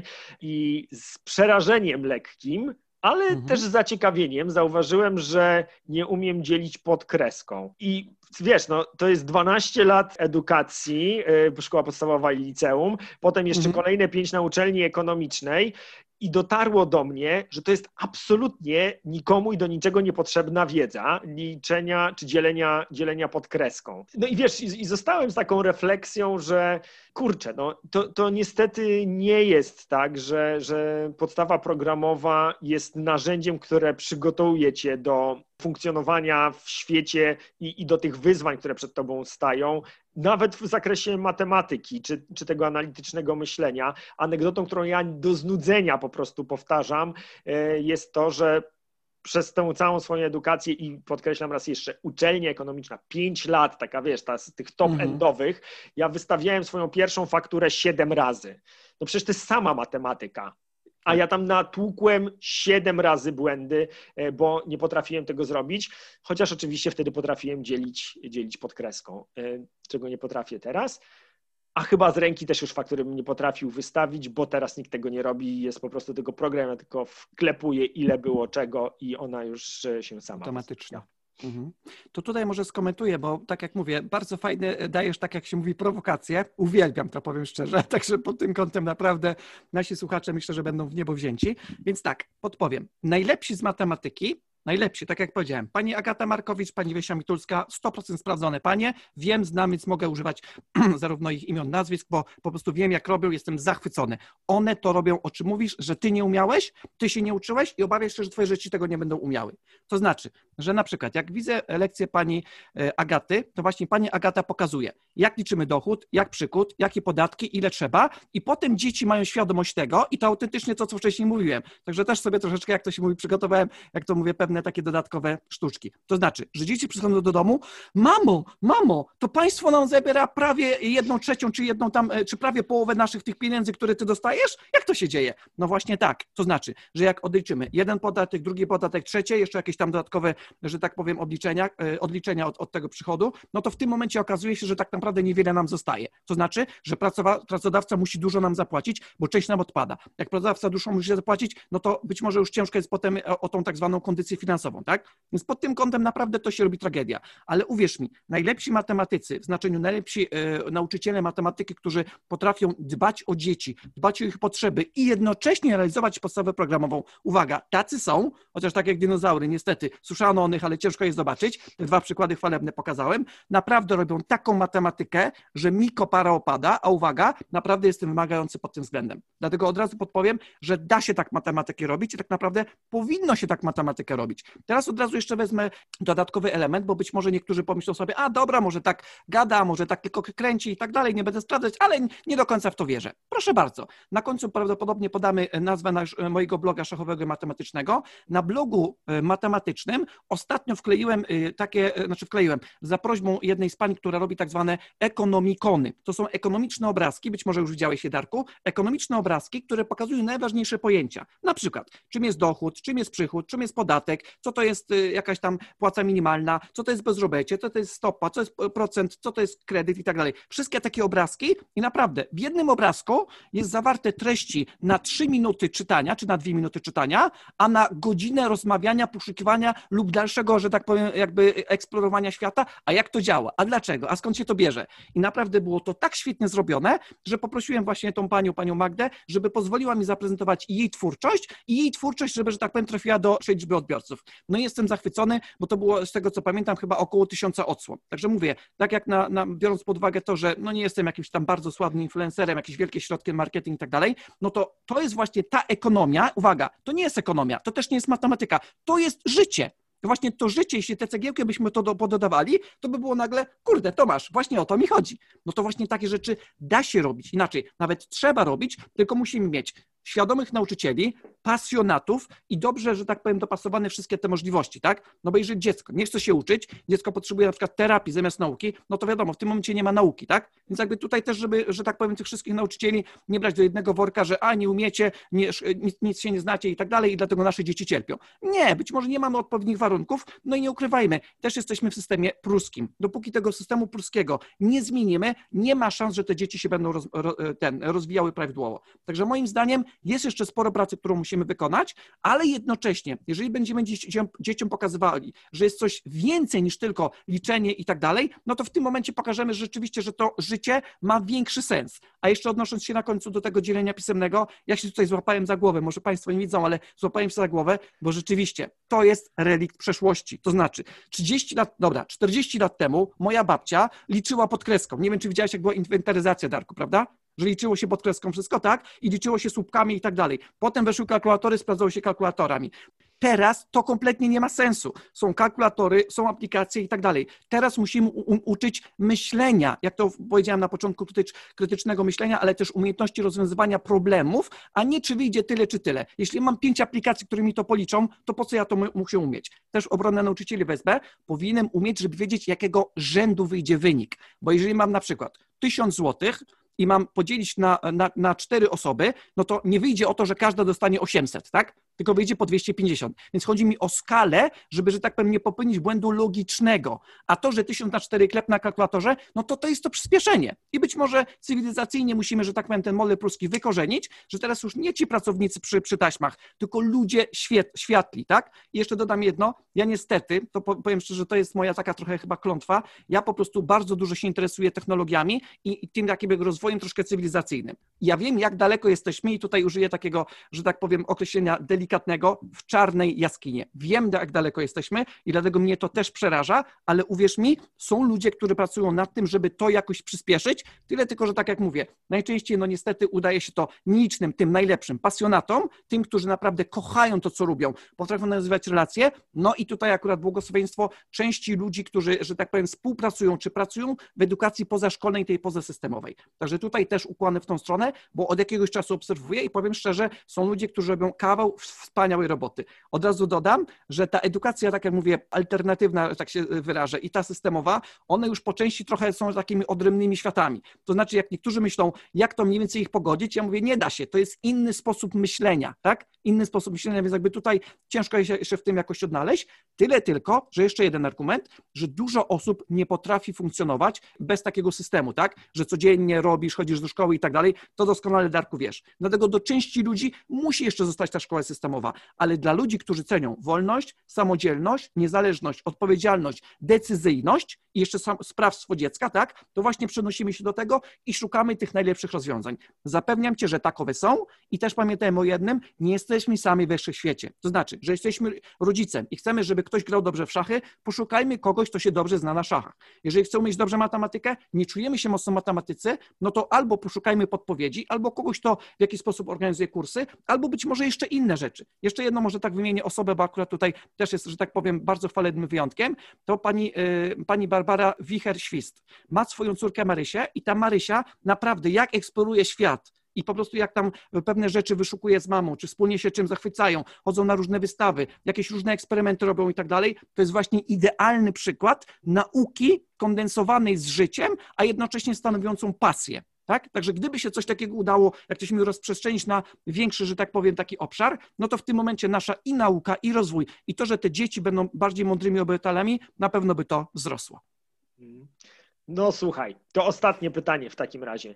i z przerażeniem lekkim, ale też z zaciekawieniem zauważyłem, że nie umiem dzielić pod kreską. I wiesz, no, to jest 12 lat edukacji, szkoła podstawowa i liceum, potem jeszcze kolejne 5 na uczelni ekonomicznej i dotarło do mnie, że to jest absolutnie nikomu i do niczego niepotrzebna wiedza liczenia czy dzielenia pod kreską. No i wiesz, i zostałem z taką refleksją, że kurczę, no to niestety nie jest tak, że podstawa programowa jest narzędziem, które przygotowuje cię do funkcjonowania w świecie i do tych wyzwań, które przed tobą stają, nawet w zakresie matematyki czy tego analitycznego myślenia. Anegdotą, którą ja do znudzenia po prostu powtarzam, jest to, że przez tę całą swoją edukację i podkreślam raz jeszcze, uczelnia ekonomiczna, 5 lat, taka wiesz, z tych top-endowych, ja wystawiałem swoją pierwszą fakturę 7 razy. No przecież to jest sama matematyka. A ja tam natłukłem 7 razy błędy, bo nie potrafiłem tego zrobić, chociaż oczywiście wtedy potrafiłem dzielić pod kreską, czego nie potrafię teraz. A chyba z ręki też już faktury bym nie potrafił wystawić, bo teraz nikt tego nie robi, jest po prostu tego program, ja tylko wklepuję ile było czego i ona już się sama
automatycznie. To tutaj może skomentuję, bo tak jak mówię, bardzo fajnie dajesz, tak jak się mówi, prowokacje. Uwielbiam to, powiem szczerze. Także pod tym kątem naprawdę nasi słuchacze myślę, że będą w niebo wzięci. Więc tak, podpowiem. Najlepsi z matematyki, najlepsi, tak jak powiedziałem, pani Agata Markowicz, pani Wiesia Mitulska, 100% sprawdzone panie. Wiem, znam, więc mogę używać zarówno ich imion, nazwisk, bo po prostu wiem, jak robią, jestem zachwycony. One to robią, o czym mówisz, że ty nie umiałeś, ty się nie uczyłeś i obawiasz się, że twoje dzieci tego nie będą umiały. To znaczy, że na przykład jak widzę lekcję pani Agaty, to właśnie pani Agata pokazuje, jak liczymy dochód, jak przykład, jakie podatki, ile trzeba i potem dzieci mają świadomość tego i to autentycznie to, co wcześniej mówiłem. Także też sobie troszeczkę, jak to się mówi, przygotowałem, jak to mówię, pewne takie dodatkowe sztuczki. To znaczy, że dzieci przychodzą do domu, mamo, to państwo nam zabiera prawie 1/3 czy jedną tam, czy prawie połowę naszych tych pieniędzy, które ty dostajesz? Jak to się dzieje? No właśnie tak. To znaczy, że jak odliczymy jeden podatek, drugi podatek, trzecie, jeszcze jakieś tam dodatkowe, że tak powiem, odliczenia od tego przychodu, no to w tym momencie okazuje się, że tak naprawdę niewiele nam zostaje. To znaczy, że pracodawca musi dużo nam zapłacić, bo część nam odpada. Jak pracodawca dużo musi zapłacić, no to być może już ciężko jest potem o tą tak zwaną kondycję finansową, tak? Więc pod tym kątem naprawdę to się robi tragedia. Ale uwierz mi, najlepsi matematycy, w znaczeniu najlepsi nauczyciele matematyki, którzy potrafią dbać o dzieci, dbać o ich potrzeby i jednocześnie realizować podstawę programową. Uwaga, tacy są, chociaż tak jak dinozaury, niestety, słyszano o nich, ale ciężko je zobaczyć. Te 2 przykłady chwalebne pokazałem. Naprawdę robią taką matematykę, że mi kopara opada, a uwaga, naprawdę jestem wymagający pod tym względem. Dlatego od razu podpowiem, że da się tak matematykę robić i tak naprawdę powinno się tak matematykę robić. Teraz od razu jeszcze wezmę dodatkowy element, bo być może niektórzy pomyślą sobie, a dobra, może tak gada, może tak tylko kręci i tak dalej, nie będę sprawdzać, ale nie do końca w to wierzę. Proszę bardzo, na końcu prawdopodobnie podamy nazwę mojego bloga szachowego i matematycznego. Na blogu matematycznym ostatnio wkleiłem za prośbą jednej z pań, która robi tak zwane ekonomikony. To są ekonomiczne obrazki, być może już widziałeś je, Darku, ekonomiczne obrazki, które pokazują najważniejsze pojęcia. Na przykład, czym jest dochód, czym jest przychód, czym jest podatek, co to jest jakaś tam płaca minimalna, co to jest bezrobocie, co to jest stopa, co jest procent, co to jest kredyt i tak dalej. Wszystkie takie obrazki i naprawdę w jednym obrazku jest zawarte treści na 3 minuty czytania, czy na 2 minuty czytania, a na godzinę rozmawiania, poszukiwania lub dalszego, że tak powiem, jakby eksplorowania świata, a jak to działa, a dlaczego, a skąd się to bierze. I naprawdę było to tak świetnie zrobione, że poprosiłem właśnie tą panią Magdę, żeby pozwoliła mi zaprezentować jej twórczość, żeby, że tak powiem, trafiła do szerszej liczby odbiorców. No i jestem zachwycony, bo to było, z tego co pamiętam, chyba około 1000 odsłon. Także mówię, tak jak biorąc pod uwagę to, że no nie jestem jakimś tam bardzo sławnym influencerem, jakieś wielkie środki marketing i tak dalej, no to jest właśnie ta ekonomia, uwaga, to nie jest ekonomia, to też nie jest matematyka, to jest życie. Właśnie to życie, jeśli te cegiełki byśmy to pododawali, to by było nagle, kurde, Tomasz, właśnie o to mi chodzi. No to właśnie takie rzeczy da się robić. Inaczej, nawet trzeba robić, tylko musimy mieć świadomych nauczycieli, pasjonatów i dobrze, że tak powiem, dopasowane wszystkie te możliwości, tak? No bo jeżeli dziecko nie chce się uczyć, dziecko potrzebuje na przykład terapii zamiast nauki, no to wiadomo, w tym momencie nie ma nauki, tak? Więc jakby tutaj też, żeby, że tak powiem, tych wszystkich nauczycieli nie brać do jednego worka, że nie umiecie, nic się nie znacie i tak dalej i dlatego nasze dzieci cierpią. Nie, być może nie mamy odpowiednich warunków, no i nie ukrywajmy, też jesteśmy w systemie pruskim. Dopóki tego systemu pruskiego nie zmienimy, nie ma szans, że te dzieci się będą rozwijały prawidłowo. Także moim zdaniem jest jeszcze sporo pracy, którą musimy wykonać, ale jednocześnie, jeżeli będziemy dzieciom pokazywali, że jest coś więcej niż tylko liczenie i tak dalej, no to w tym momencie pokażemy rzeczywiście, że to życie ma większy sens. A jeszcze odnosząc się na końcu do tego dzielenia pisemnego, ja się tutaj złapałem za głowę, może Państwo nie widzą, ale złapałem się za głowę, bo rzeczywiście to jest relikt przeszłości. To znaczy 40 lat temu moja babcia liczyła pod kreską. Nie wiem, czy widziałeś, jak była inwentaryzacja, Darku, prawda? Że liczyło się pod kreską wszystko, tak? I liczyło się słupkami i tak dalej. Potem weszły kalkulatory, sprawdzało się kalkulatorami. Teraz to kompletnie nie ma sensu. Są kalkulatory, są aplikacje i tak dalej. Teraz musimy uczyć myślenia, jak to powiedziałem na początku, krytycznego myślenia, ale też umiejętności rozwiązywania problemów, a nie czy wyjdzie tyle czy tyle. Jeśli mam 5 aplikacji, które mi to policzą, to po co ja to muszę umieć? Też obronę nauczycieli w SB powinienem umieć, żeby wiedzieć, jakiego rzędu wyjdzie wynik. Bo jeżeli mam na przykład 1000 złotych, i mam podzielić na 4 osoby, no to nie wyjdzie o to, że każda dostanie 800, tak? Tylko wyjdzie po 250. Więc chodzi mi o skalę, żeby, że tak powiem, nie popełnić błędu logicznego. A to, że 1000 na 4 klep na kalkulatorze, no to jest to przyspieszenie. I być może cywilizacyjnie musimy, że tak powiem, ten model pruski wykorzenić, że teraz już nie ci pracownicy przy taśmach, tylko ludzie światli, tak? I jeszcze dodam jedno, ja niestety, to powiem szczerze, to jest moja taka trochę chyba klątwa, ja po prostu bardzo dużo się interesuję technologiami i tym takim rozwojem troszkę cywilizacyjnym. Ja wiem, jak daleko jesteśmy i tutaj użyję takiego, że tak powiem, określenia delikatnego, w czarnej jaskinie. Wiem, jak daleko jesteśmy i dlatego mnie to też przeraża, ale uwierz mi, są ludzie, którzy pracują nad tym, żeby to jakoś przyspieszyć, tyle tylko, że tak jak mówię, najczęściej no niestety udaje się to nielicznym, tym najlepszym, pasjonatom, tym, którzy naprawdę kochają to, co lubią, potrafią nazywać relacje, no i tutaj akurat błogosławieństwo części ludzi, którzy, że tak powiem, współpracują, czy pracują w edukacji pozaszkolnej, tej pozasystemowej. Także tutaj też ukłony w tą stronę, bo od jakiegoś czasu obserwuję i powiem szczerze, są ludzie, którzy robią kawał wspaniałej roboty. Od razu dodam, że ta edukacja, tak jak mówię, alternatywna, tak się wyrażę, i ta systemowa, one już po części trochę są takimi odrębnymi światami. To znaczy, jak niektórzy myślą, jak to mniej więcej ich pogodzić, ja mówię, nie da się, to jest inny sposób myślenia, tak? Inny sposób myślenia, więc jakby tutaj ciężko się jeszcze w tym jakoś odnaleźć. Tyle tylko, że jeszcze jeden argument, że dużo osób nie potrafi funkcjonować bez takiego systemu, tak? Że codziennie robisz, chodzisz do szkoły i tak dalej, to doskonale, Darku, wiesz. Dlatego do części ludzi musi jeszcze zostać ta szkoła systemowa, ale dla ludzi, którzy cenią wolność, samodzielność, niezależność, odpowiedzialność, decyzyjność i jeszcze sprawstwo dziecka, tak? To właśnie przenosimy się do tego i szukamy tych najlepszych rozwiązań. Zapewniam Cię, że takowe są i też pamiętajmy o jednym, nie jesteśmy sami we wszechświecie. To znaczy, że jesteśmy rodzicem i chcemy, żeby ktoś grał dobrze w szachy, poszukajmy kogoś, kto się dobrze zna na szachach. Jeżeli chcemy mieć dobrze matematykę, nie czujemy się mocno w matematyce, no to albo poszukajmy podpowiedzi, albo kogoś, kto w jakiś sposób organizuje kursy, albo być może jeszcze inne rzeczy. Jeszcze jedno może tak wymienię osobę, bo akurat tutaj też jest, że tak powiem, bardzo chwalebnym wyjątkiem, to pani Barbara Wicher-Świst. Ma swoją córkę Marysię i ta Marysia naprawdę jak eksploruje świat i po prostu jak tam pewne rzeczy wyszukuje z mamą, czy wspólnie się czym zachwycają, chodzą na różne wystawy, jakieś różne eksperymenty robią i tak dalej, to jest właśnie idealny przykład nauki kondensowanej z życiem, a jednocześnie stanowiącą pasję. Tak? Także gdyby się coś takiego udało, jak ktoś mi rozprzestrzenić na większy, że tak powiem, taki obszar, no to w tym momencie nasza i nauka, i rozwój, i to, że te dzieci będą bardziej mądrymi obywatelami, na pewno by to wzrosło.
No słuchaj, to ostatnie pytanie w takim razie.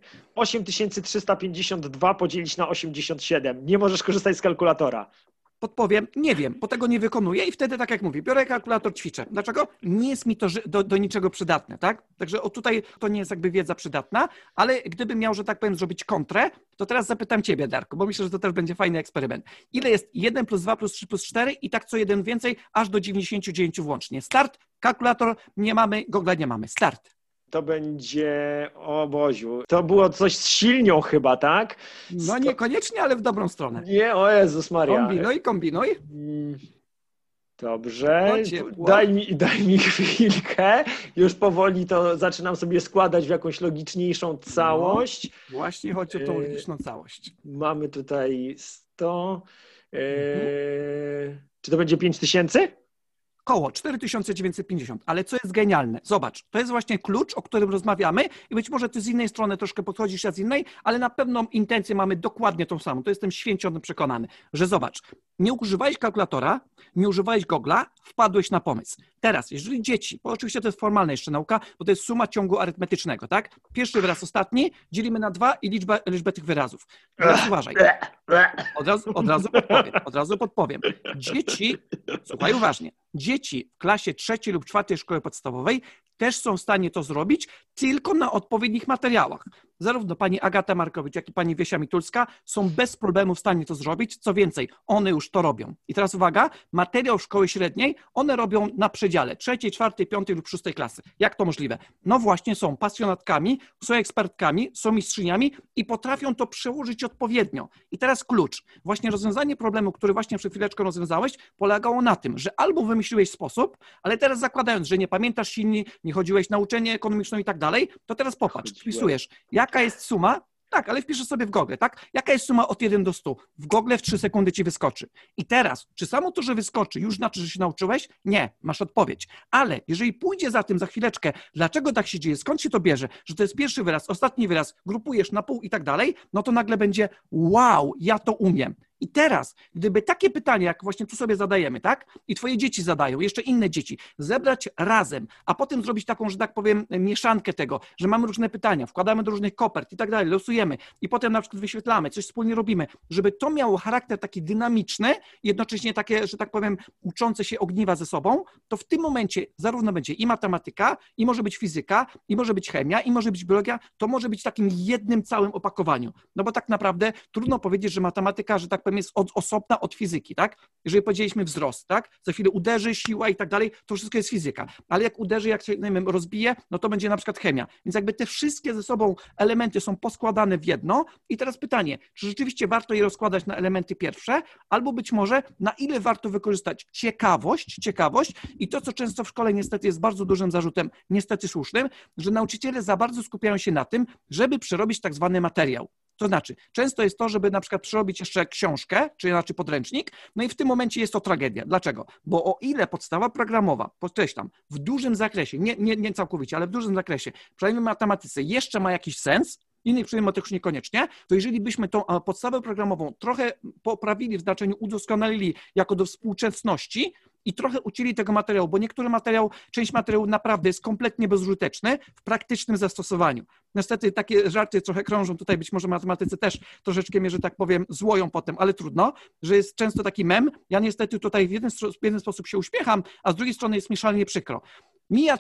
8352 podzielić na 87. Nie możesz korzystać z kalkulatora.
Podpowiem, nie wiem, bo tego nie wykonuję i wtedy, tak jak mówię, biorę kalkulator, ćwiczę. Dlaczego? Nie jest mi to do niczego przydatne, tak? Także tutaj to nie jest jakby wiedza przydatna, ale gdybym miał, że tak powiem, zrobić kontrę, to teraz zapytam Ciebie, Darku, bo myślę, że to też będzie fajny eksperyment. Ile jest 1 plus 2 plus 3 plus 4 i tak co jeden więcej, aż do 99 włącznie. Start, kalkulator nie mamy, Google'a nie mamy. Start.
To będzie, o Boziu, to było coś z silnią chyba, tak?
No niekoniecznie, ale w dobrą stronę.
Nie, o Jezus Maria.
Kombinuj.
Dobrze, daj mi chwilkę, już powoli to zaczynam sobie składać w jakąś logiczniejszą całość.
No, właśnie chodzi o tą logiczną całość.
Mamy tutaj 100, czy to będzie 5000?
Koło 4950, ale co jest genialne? Zobacz, to jest właśnie klucz, o którym rozmawiamy i być może ty z innej strony troszkę podchodzisz, ja z innej, ale na pewną intencję mamy dokładnie tą samą. To jestem święcie o tym przekonany, że zobacz, nie używałeś kalkulatora, nie używałeś Google'a, wpadłeś na pomysł. Teraz, jeżeli dzieci, bo oczywiście to jest formalna jeszcze nauka, bo to jest suma ciągu arytmetycznego, tak? Pierwszy wyraz ostatni dzielimy na 2 i liczbę tych wyrazów. Teraz uważaj. Od razu podpowiem. Dzieci, słuchaj uważnie, dzieci w klasie 3. lub 4. szkoły podstawowej też są w stanie to zrobić, tylko na odpowiednich materiałach. Zarówno pani Agata Markowicz, jak i pani Wiesia Mitulska są bez problemu w stanie to zrobić. Co więcej, one już to robią. I teraz uwaga, materiał szkoły średniej one robią na przedziale 3., 4., 5. lub 6. klasy. Jak to możliwe? No właśnie są pasjonatkami, są ekspertkami, są mistrzyniami i potrafią to przełożyć odpowiednio. I teraz klucz. Właśnie rozwiązanie problemu, który właśnie przed chwileczką rozwiązałeś, polegało na tym, że albo wymyśliłeś sposób, ale teraz zakładając, że nie pamiętasz silni, nie chodziłeś na uczelnię ekonomiczną i tak dalej, to teraz popatrz, wpisujesz, jaka jest suma, tak, ale wpiszesz sobie w Google, tak? Jaka jest suma od 1 do 100? W Google w 3 sekundy ci wyskoczy. I teraz, czy samo to, że wyskoczy, już znaczy, że się nauczyłeś? Nie, masz odpowiedź. Ale jeżeli pójdzie za tym za chwileczkę, dlaczego tak się dzieje, skąd się to bierze, że to jest pierwszy wyraz, ostatni wyraz, grupujesz na pół i tak dalej, no to nagle będzie wow, ja to umiem. I teraz, gdyby takie pytanie, jak właśnie tu sobie zadajemy, tak? I twoje dzieci zadają, jeszcze inne dzieci, zebrać razem, a potem zrobić taką, że tak powiem, mieszankę tego, że mamy różne pytania, wkładamy do różnych kopert i tak dalej, losujemy i potem na przykład wyświetlamy, coś wspólnie robimy, żeby to miało charakter taki dynamiczny, jednocześnie takie, że tak powiem, uczące się ogniwa ze sobą, to w tym momencie zarówno będzie i matematyka, i może być fizyka, i może być chemia, i może być biologia, to może być w takim jednym całym opakowaniu. No bo tak naprawdę trudno powiedzieć, że matematyka, że tak powiem, jest osobna od fizyki, tak? Jeżeli powiedzieliśmy wzrost, tak? Za chwilę uderzy, siła i tak dalej, to wszystko jest fizyka. Ale jak uderzy, jak się, nie wiem, rozbije, no to będzie na przykład chemia. Więc jakby te wszystkie ze sobą elementy są poskładane w jedno i teraz pytanie, czy rzeczywiście warto je rozkładać na elementy pierwsze, albo być może na ile warto wykorzystać ciekawość i to, co często w szkole niestety jest bardzo dużym zarzutem, niestety słusznym, że nauczyciele za bardzo skupiają się na tym, żeby przerobić tak zwany materiał. To znaczy, często jest to, żeby na przykład przerobić jeszcze książkę, czy inaczej podręcznik, no i w tym momencie jest to tragedia. Dlaczego? Bo o ile podstawa programowa, podkreślam, w dużym zakresie, nie całkowicie, ale w dużym zakresie, przynajmniej w matematyce jeszcze ma jakiś sens, innych przedmiotach już niekoniecznie, to jeżeli byśmy tą podstawę programową trochę poprawili w znaczeniu udoskonalili jako do współczesności i trochę uczyli tego materiału, bo część materiału naprawdę jest kompletnie bezużyteczny w praktycznym zastosowaniu. Niestety takie żarty trochę krążą tutaj, być może matematycy też troszeczkę mnie, że tak powiem, złoją potem, ale trudno, że jest często taki mem. Ja niestety tutaj w jeden sposób się uśmiecham, a z drugiej strony jest mi szalenie przykro. Mija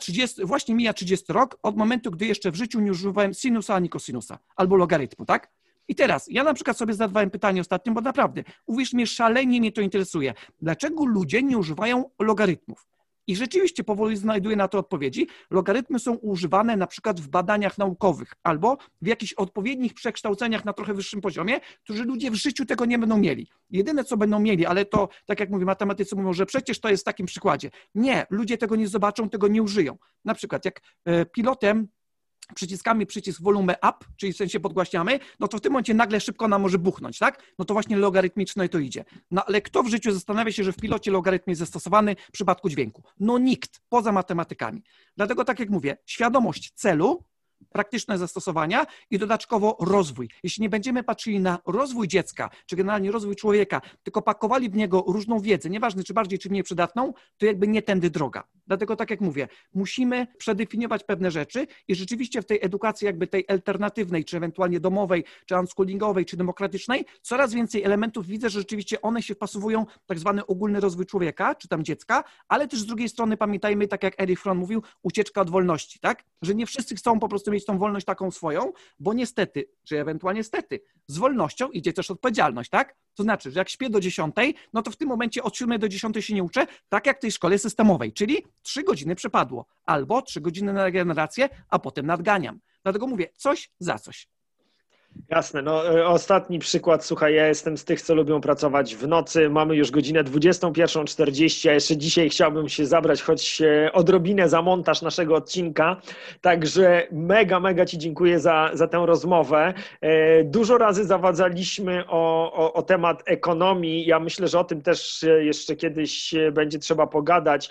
30 rok od momentu, gdy jeszcze w życiu nie używałem sinusa ani kosinusa, albo logarytmu, tak? I teraz, ja na przykład sobie zadawałem pytanie ostatnio, bo naprawdę, uwierz mi, szalenie mnie to interesuje. Dlaczego ludzie nie używają logarytmów? I rzeczywiście powoli znajduję na to odpowiedzi. Logarytmy są używane na przykład w badaniach naukowych albo w jakichś odpowiednich przekształceniach na trochę wyższym poziomie, którzy ludzie w życiu tego nie będą mieli. Jedyne, co będą mieli, ale to, tak jak mówię, matematycy mówią, że przecież to jest w takim przykładzie. Nie, ludzie tego nie zobaczą, tego nie użyją. Na przykład jak pilotem przyciskamy przycisk volume up, czyli w sensie podgłaśniamy, no to w tym momencie nagle szybko nam może buchnąć, tak? No to właśnie logarytmiczne to idzie. No ale kto w życiu zastanawia się, że w pilocie logarytm jest zastosowany w przypadku dźwięku? No nikt, poza matematykami. Dlatego tak jak mówię, świadomość celu, praktyczne zastosowania i dodatkowo rozwój. Jeśli nie będziemy patrzyli na rozwój dziecka, czy generalnie rozwój człowieka, tylko pakowali w niego różną wiedzę, nieważne czy bardziej, czy mniej przydatną, to jakby nie tędy droga. Dlatego tak jak mówię, musimy przedefiniować pewne rzeczy i rzeczywiście w tej edukacji jakby tej alternatywnej, czy ewentualnie domowej, czy unschoolingowej, czy demokratycznej, coraz więcej elementów widzę, że rzeczywiście one się wpasowują w tak zwany ogólny rozwój człowieka, czy tam dziecka, ale też z drugiej strony pamiętajmy, tak jak Erich Fromm mówił, ucieczka od wolności, tak? Że nie wszyscy chcą po prostu mieć tą wolność taką swoją, bo niestety, czy ewentualnie stety, z wolnością idzie też odpowiedzialność, tak? To znaczy, że jak śpię do 10, no to w tym momencie od 7 do 10 się nie uczę, tak jak w tej szkole systemowej, czyli 3 godziny przepadło, albo 3 godziny na regenerację, a potem nadganiam. Dlatego mówię, coś za coś.
Jasne, no ostatni przykład, słuchaj, ja jestem z tych, co lubią pracować w nocy, mamy już godzinę 21:40, a jeszcze dzisiaj chciałbym się zabrać choć odrobinę za montaż naszego odcinka, także mega Ci dziękuję za tę rozmowę. Dużo razy zawadzaliśmy o temat ekonomii, ja myślę, że o tym też jeszcze kiedyś będzie trzeba pogadać,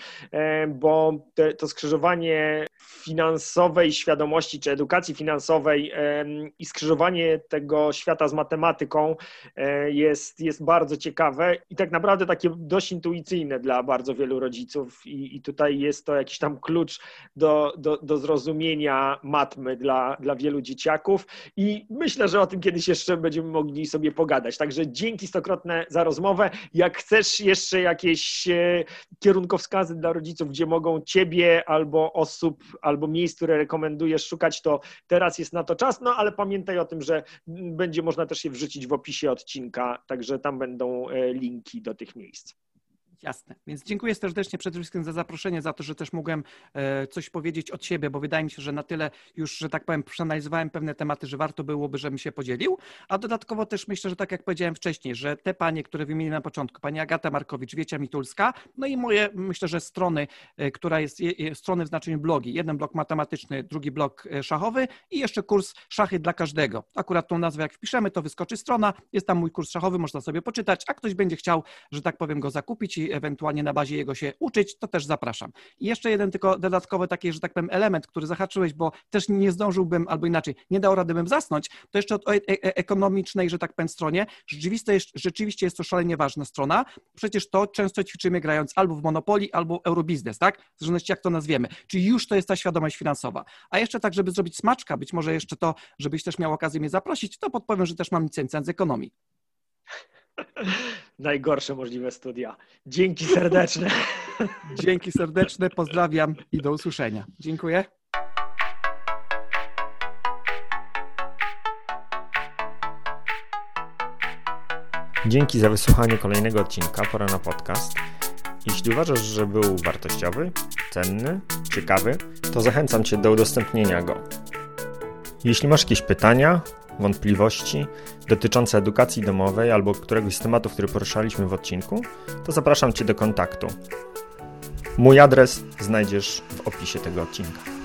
bo to skrzyżowanie finansowej świadomości czy edukacji finansowej i skrzyżowanie tego świata z matematyką jest bardzo ciekawe i tak naprawdę takie dość intuicyjne dla bardzo wielu rodziców i tutaj jest to jakiś tam klucz do zrozumienia matmy dla wielu dzieciaków i myślę, że o tym kiedyś jeszcze będziemy mogli sobie pogadać. Także dzięki stokrotne za rozmowę. Jak chcesz jeszcze jakieś kierunkowskazy dla rodziców, gdzie mogą Ciebie albo osób, albo miejsc, które rekomendujesz szukać, to teraz jest na to czas, no ale pamiętaj o tym, że będzie można też je wrzucić w opisie odcinka, także tam będą linki do tych miejsc.
Jasne, więc dziękuję serdecznie przede wszystkim za zaproszenie, za to, że też mogłem coś powiedzieć od siebie, bo wydaje mi się, że na tyle już, że tak powiem, przeanalizowałem pewne tematy, że warto byłoby, żebym się podzielił, a dodatkowo też myślę, że tak jak powiedziałem wcześniej, że te panie, które wymieniłem na początku, pani Agata Markowicz, Wiecia Mitulska, no i moje, myślę, że strony, która jest strony w znaczeniu blogi, jeden blog matematyczny, drugi blog szachowy i jeszcze kurs Szachy dla każdego. Akurat tą nazwę jak wpiszemy, to wyskoczy strona, jest tam mój kurs szachowy, można sobie poczytać, a ktoś będzie chciał, że tak powiem, go zakupić i ewentualnie na bazie jego się uczyć, to też zapraszam. I jeszcze jeden tylko dodatkowy taki, że tak powiem, element, który zahaczyłeś, bo też nie zdążyłbym, albo inaczej, nie dał rady bym zasnąć, to jeszcze o ekonomicznej, że tak powiem, stronie. Rzeczywiście jest to szalenie ważna strona. Przecież to często ćwiczymy grając albo w Monopoly, albo Eurobiznes, tak? W zależności jak to nazwiemy. Czyli już to jest ta świadomość finansowa. A jeszcze tak, żeby zrobić smaczka, być może jeszcze to, żebyś też miał okazję mnie zaprosić, to podpowiem, że też mam licencję z ekonomii.
Najgorsze możliwe studia. Dzięki serdeczne.
Dzięki serdeczne, pozdrawiam i do usłyszenia. Dziękuję.
Dzięki za wysłuchanie kolejnego odcinka Pora na podcast. Jeśli uważasz, że był wartościowy, cenny, ciekawy, to zachęcam Cię do udostępnienia go. Jeśli masz jakieś pytania, wątpliwości dotyczące edukacji domowej albo któregoś z tematów, który poruszaliśmy w odcinku, to zapraszam Cię do kontaktu. Mój adres znajdziesz w opisie tego odcinka.